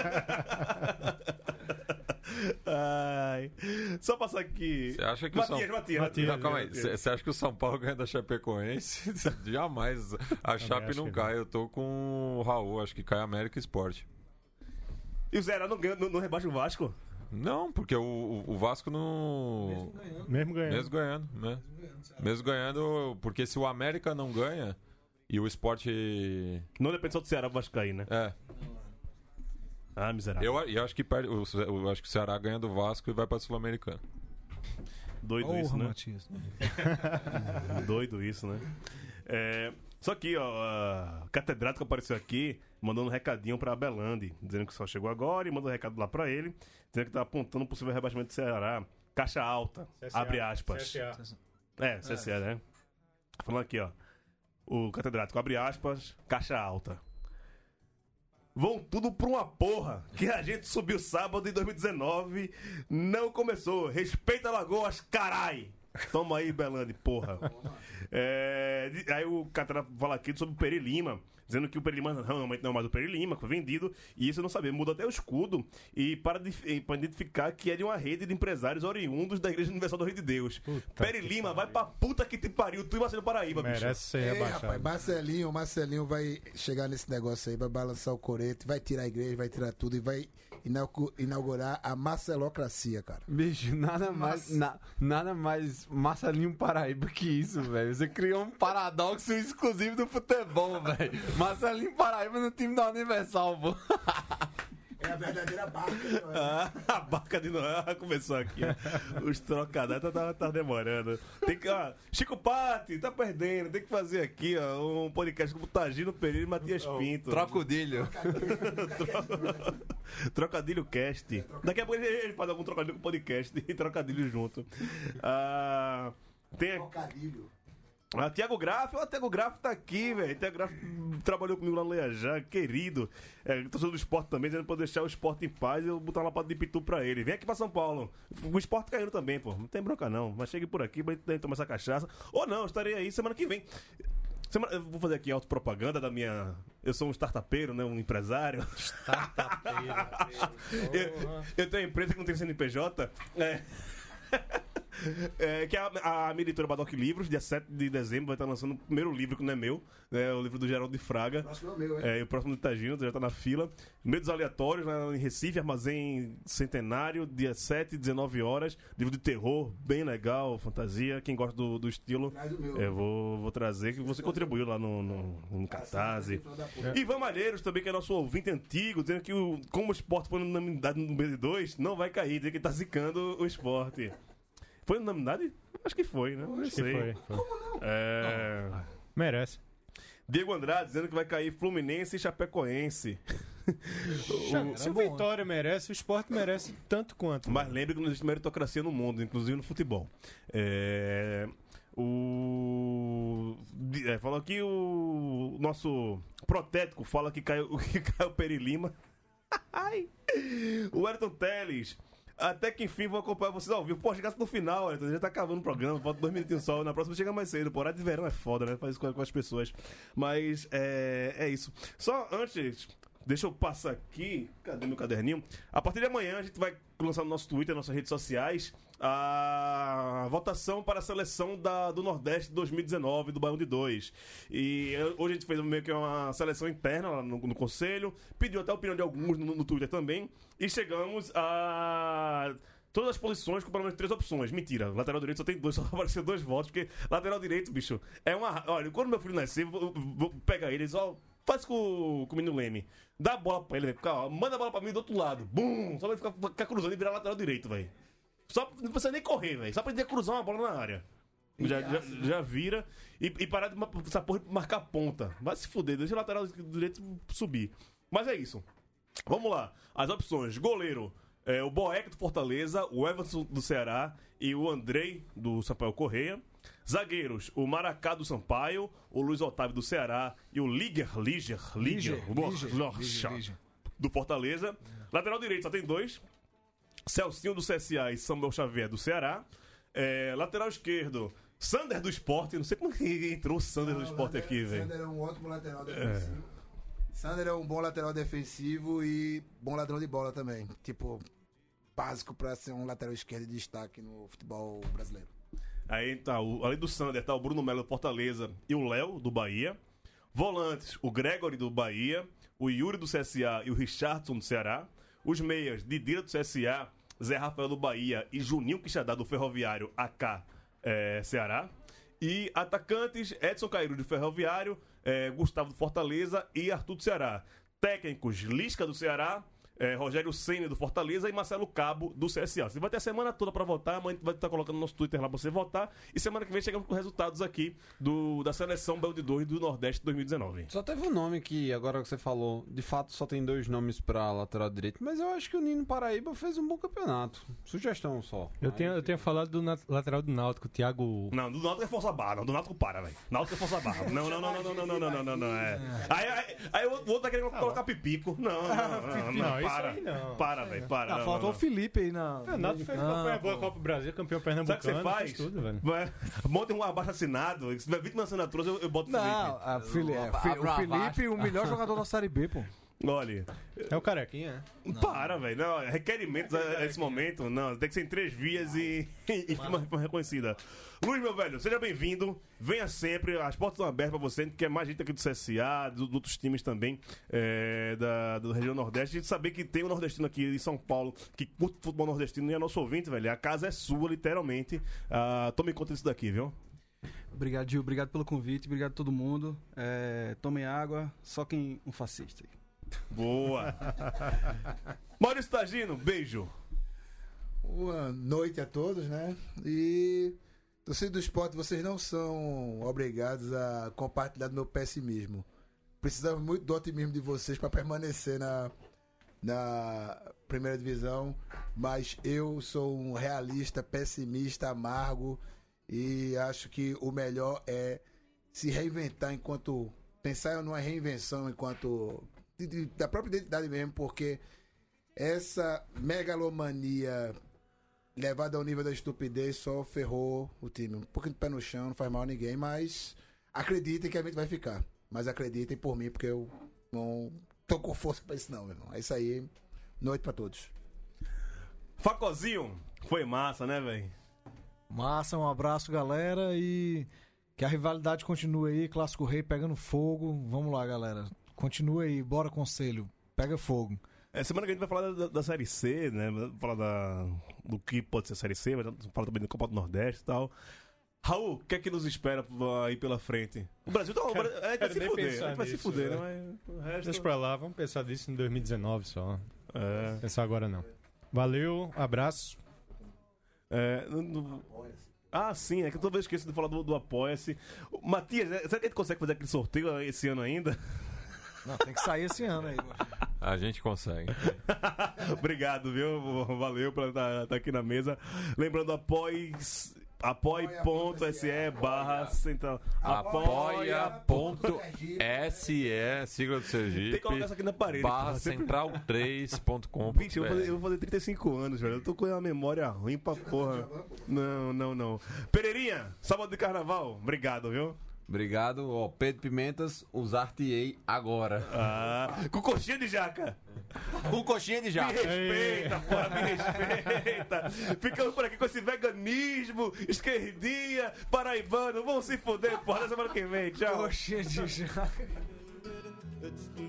Ai. Só passar aqui. Você acha que Matias, o São... Matias, Matias. Não, calma aí. Matias. Você acha que o São Paulo ganha da Chapecoense? Jamais. A Chape acho não que cai. Eu tô com o Raul. Acho que cai América e Sport. E o Zé não ganha, não, não rebaixa o Vasco? Não, porque o, o- o Vasco não... Mesmo ganhando. Mesmo ganhando, né? Mesmo ganhando, porque se o América não ganha e o Sport... Não depende só do Ceará, o Vasco cair, né? É, Ah, miserável. eu, eu acho que perde, o, eu acho que o Ceará ganha do Vasco e vai pra Sul-Americana. Doido Porra, isso, né? Matias. Doido isso, né? É, só que, ó, a catedrático apareceu aqui mandando um recadinho pra Belandi, dizendo que só chegou agora e mandou um recado lá pra ele, dizendo que tá apontando um possível rebaixamento do Ceará. Caixa alta, C S A. abre aspas. C S A. É, C S A, né? Falando aqui, ó. O catedrático, abre aspas, caixa alta. Vão tudo pra uma porra. Que a gente subiu sábado em dois mil e dezenove. Não começou. Respeita Lagoas, carai. Toma aí, Belandi, porra. É, de- aí o catedrático fala aqui sobre o Peri Lima. Dizendo que o Peri Lima realmente não é mais o Peri Lima, que foi vendido. E isso eu não sabia. Muda até o escudo. E para, dif- e para identificar que é de uma rede de empresários oriundos da Igreja Universal do Reino de Deus. Peri Lima, vai pra puta que te pariu. Tu e Marcelo Paraíba, bicho. Merece ser Ei, rebaixado. rapaz, Marcelinho, Marcelinho vai chegar nesse negócio aí, vai balançar o corete, vai tirar a igreja, vai tirar tudo e vai inaugu- inaugurar a marcelocracia, cara. Bicho, nada mais, na- nada mais Marcelinho Paraíba que isso, velho. Você criou um paradoxo exclusivo do futebol, velho. Marcelinho Paraíba no time da Universal, pô. É a verdadeira barca, não é? Ah, a barca de Noé começou aqui. Ó. Os trocadilhos tá, tá demorando. Tem que, ó, Chico Patti, tá perdendo. Tem que fazer aqui, ó, um podcast com o Tagino Pereira e Matias Pinto. Trocodilho. Trocadilho Cast. Daqui a pouco ele ele faz algum trocadilho com o podcast e trocadilho junto. Ah, tem aqui. Trocadilho. Ah, Tiago Graff, o Tiago Graff tá aqui, velho. Tiago Graff hum, trabalhou comigo lá no Leiajá, querido. É, torcedor do esporte também, dizendo pra eu deixar o esporte em paz e eu botar uma lapada de pitu pra ele. Vem aqui pra São Paulo. O esporte caindo também, pô. Não tem bronca não. Mas chegue por aqui pra gente tomar essa cachaça. Ou não, eu estarei aí semana que vem. Semana, eu vou fazer aqui autopropaganda da minha. Eu sou um startupeiro, né? Um empresário. eu, eu tenho uma empresa que não tem C N P J. É. É, que é a, a minha editora Badoc Livros, dia sete de dezembro, vai estar lançando o primeiro livro que não é meu, né, o livro do Geraldo de Fraga. O próximo é o meu, hein? É, e o próximo do Tagino, já tá na fila. Medos Aleatórios, lá em Recife, Armazém Centenário, dia sete, dezenove horas. Livro de terror, bem legal, fantasia. Quem gosta do, do estilo, Traz o meu. eu vou, vou trazer, que você contribuiu lá no, no, no Catarse. Ivan Malheiros também, que é nosso ouvinte antigo, dizendo que o, como o esporte foi unanimidade no número dois, não vai cair, dizendo que tá zicando o esporte. Foi unanimidade? Acho que foi, né? Não Que sei. foi, foi. É... Merece. Diego Andrade dizendo que vai cair Fluminense e Chapecoense. Se o Vitória merece, o esporte merece tanto quanto. Mas lembre que não existe meritocracia no mundo, inclusive no futebol. É... O. É, falou aqui o nosso protético fala que caiu, que caiu o Peri Lima. Ai. O Ayrton Teles. Até que enfim vou acompanhar vocês ao vivo. Pô, chegasse no final, Ayrton, já tá acabando o programa, falta dois minutinhos só. Na próxima chega mais cedo. Pô, horário de verão é foda, né? Faz isso com, com as pessoas. Mas é, é isso. Só antes, deixa eu passar aqui. Cadê meu caderninho? A partir de amanhã a gente vai lançar no nosso Twitter, nas nossas redes sociais, a votação para a seleção da, do Nordeste de dois mil e dezenove, do Baião de dois. E eh, hoje a gente fez meio que uma seleção interna lá no, no Conselho, pediu até a opinião de alguns no, no Twitter também, e chegamos a todas as posições com pelo menos três opções. Mentira, lateral direito só tem dois, só apareceu dois votos, porque lateral direito, bicho, é uma... Olha, quando meu filho nascer, vou, vou pegar ele só... Faz com, com o menino Leme. Dá a bola pra ele, velho. Calma, manda a bola pra mim do outro lado. Bum! Só vai ficar, ficar cruzando e virar lateral direito, velho. Só não precisa nem correr, velho. Só pra ele cruzar uma bola na área. Já, já, já vira. E, e parar de ma- essa porra de marcar ponta. Vai se fuder, deixa o lateral direito subir. Mas é isso. Vamos lá. As opções: goleiro. É, o Boeck do Fortaleza, o Everton do Ceará e o Andrei do Sampaio Correia. Zagueiros, o Maracá do Sampaio, o Luiz Otávio do Ceará e o Liger, Liger, Liger, Liger, Lor- Liger, Lorcha Liger, Liger. do Fortaleza. Lateral direito só tem dois. Celcinho do C S A e Samuel Xavier do Ceará. É, lateral esquerdo, Sander do Sport. Não sei como que entrou o Sander do Sport aqui, velho. Sander é um ótimo lateral defensivo. Sander é um bom lateral defensivo e bom ladrão de bola também. Tipo, básico pra ser um lateral esquerdo de destaque no futebol brasileiro. Aí tá, o, além do Sander, tá o Bruno Melo do Fortaleza e o Léo do Bahia. Volantes, o Gregory do Bahia, o Yuri do C S A e o Richardson do Ceará. Os meias, Didira do C S A, Zé Rafael do Bahia e Juninho Quixadá do Ferroviário A K é, Ceará. E atacantes, Edson Cairu do Ferroviário, é, Gustavo do Fortaleza e Arthur do Ceará. Técnicos, Lisca do Ceará, é, Rogério Ceni do Fortaleza e Marcelo Cabo do C S A. Você vai ter a semana toda pra votar, amanhã a gente vai estar colocando no nosso Twitter lá pra você votar. E semana que vem chegamos com resultados aqui do, da seleção Belo de dois do Nordeste dois mil e dezenove. Só teve um nome que, agora que você falou, de fato só tem dois nomes pra lateral direito, mas eu acho que o Nino Paraíba fez um bom campeonato. Sugestão só. Eu tenho, eu tenho falado do na- lateral do Náutico, o Thiago. Não, do Náutico é força barra, não. Do Náutico para, velho. Náutico é força barra. Não, não, não, não, não, não, não, não, não, não, não, é. Aí, aí, aí o outro tá querendo colocar pipico. Não, não, não, não, Não, isso para. aí não. Para, velho, para. Ah, não, faltou não, o Felipe aí na. O Náutico fez campanha boa Copa do Brasil, campeão Sabe o pernambucano. que você faz? fez tudo, velho. Vai, monta um abaixo assinado. Se tiver vinte mil assinaturas, eu, eu boto o Não, Felipe. a Fili- é, Fi- Abra o abaixo. Felipe, o melhor jogador da Série B, pô. Olha, É o Carequinha, é? para, velho. Não, requerimentos a- nesse momento, não. Tem que ser em três vias e, e firma firma reconhecida. Luiz, meu velho, seja bem-vindo. Venha sempre. As portas estão abertas pra você. A gente quer mais gente aqui do C S A, dos outros times também é, da, da região Nordeste. A gente saber que tem um nordestino aqui em São Paulo que curte futebol nordestino e é nosso ouvinte, velho. A casa é sua, literalmente. Ah, tome conta disso daqui, viu? Obrigado, Gil. Obrigado pelo convite. Obrigado a todo mundo. É, tomem água. Só quem um fascista. Boa. Maurício Tagino, beijo. Boa noite a todos, né? E torcida do esporte, vocês não são obrigados a compartilhar do meu pessimismo. Precisamos muito do otimismo de vocês para permanecer na, na primeira divisão, mas eu sou um realista, pessimista, amargo e acho que o melhor é se reinventar enquanto pensar numa reinvenção enquanto de- de- da própria identidade mesmo, porque essa megalomania levada ao nível da estupidez só ferrou o time. Um pouquinho de pé no chão, não faz mal a ninguém, mas acreditem que a gente vai ficar. Mas acreditem por mim, porque eu não tô com força pra isso não, meu irmão. É isso aí. Noite pra todos. Facozinho, foi massa, né, velho? Massa, um abraço, galera, e que a rivalidade continue aí, Clássico Rei pegando fogo. Vamos lá, galera. Continue aí, bora conselho, pega fogo. É, semana que a gente vai falar da, da Série C, né? Vai falar da, do que pode ser a Série C, mas falar também da Copa do Nordeste e tal. Raul, o que é que nos espera aí pela frente? O Brasil tá. O Brasil, a gente vai quero se nem fuder, pensar a gente vai se nisso, fuder, né? velho. Mas o resto. Deixa pra lá, vamos pensar disso em dois mil e dezenove só. É, Pensar agora não. Valeu, abraço. é, no- no- ah, sim, é que toda vez esqueço de falar do, do Apoia-se. Matias, é, será que a gente consegue fazer aquele sorteio esse ano ainda? Não, tem que sair esse ano aí. A gente consegue. Obrigado, viu? Valeu por estar tá aqui na mesa. Lembrando, apoie. apoie.se barra central. Apoia.se, sigla do Sergipe. Tem que colocar isso aqui na parede. Barra porra, sempre- central três ponto com. Bicho, eu vou, fazer, eu vou fazer trinta e cinco anos, velho. Eu tô com a memória ruim pra porra. Não, não, não. Pereirinha, sábado de carnaval. Obrigado, viu? Obrigado, ó, Pedro Pimentas, usar-te-ei agora. Ah, com coxinha de jaca. Com coxinha de Me jaca. respeita, porra, me respeita. Ficamos por aqui com esse veganismo, esquerdinha, paraibano. Vamos se foder, porra, na semana que vem. Tchau. Coxinha de jaca. It's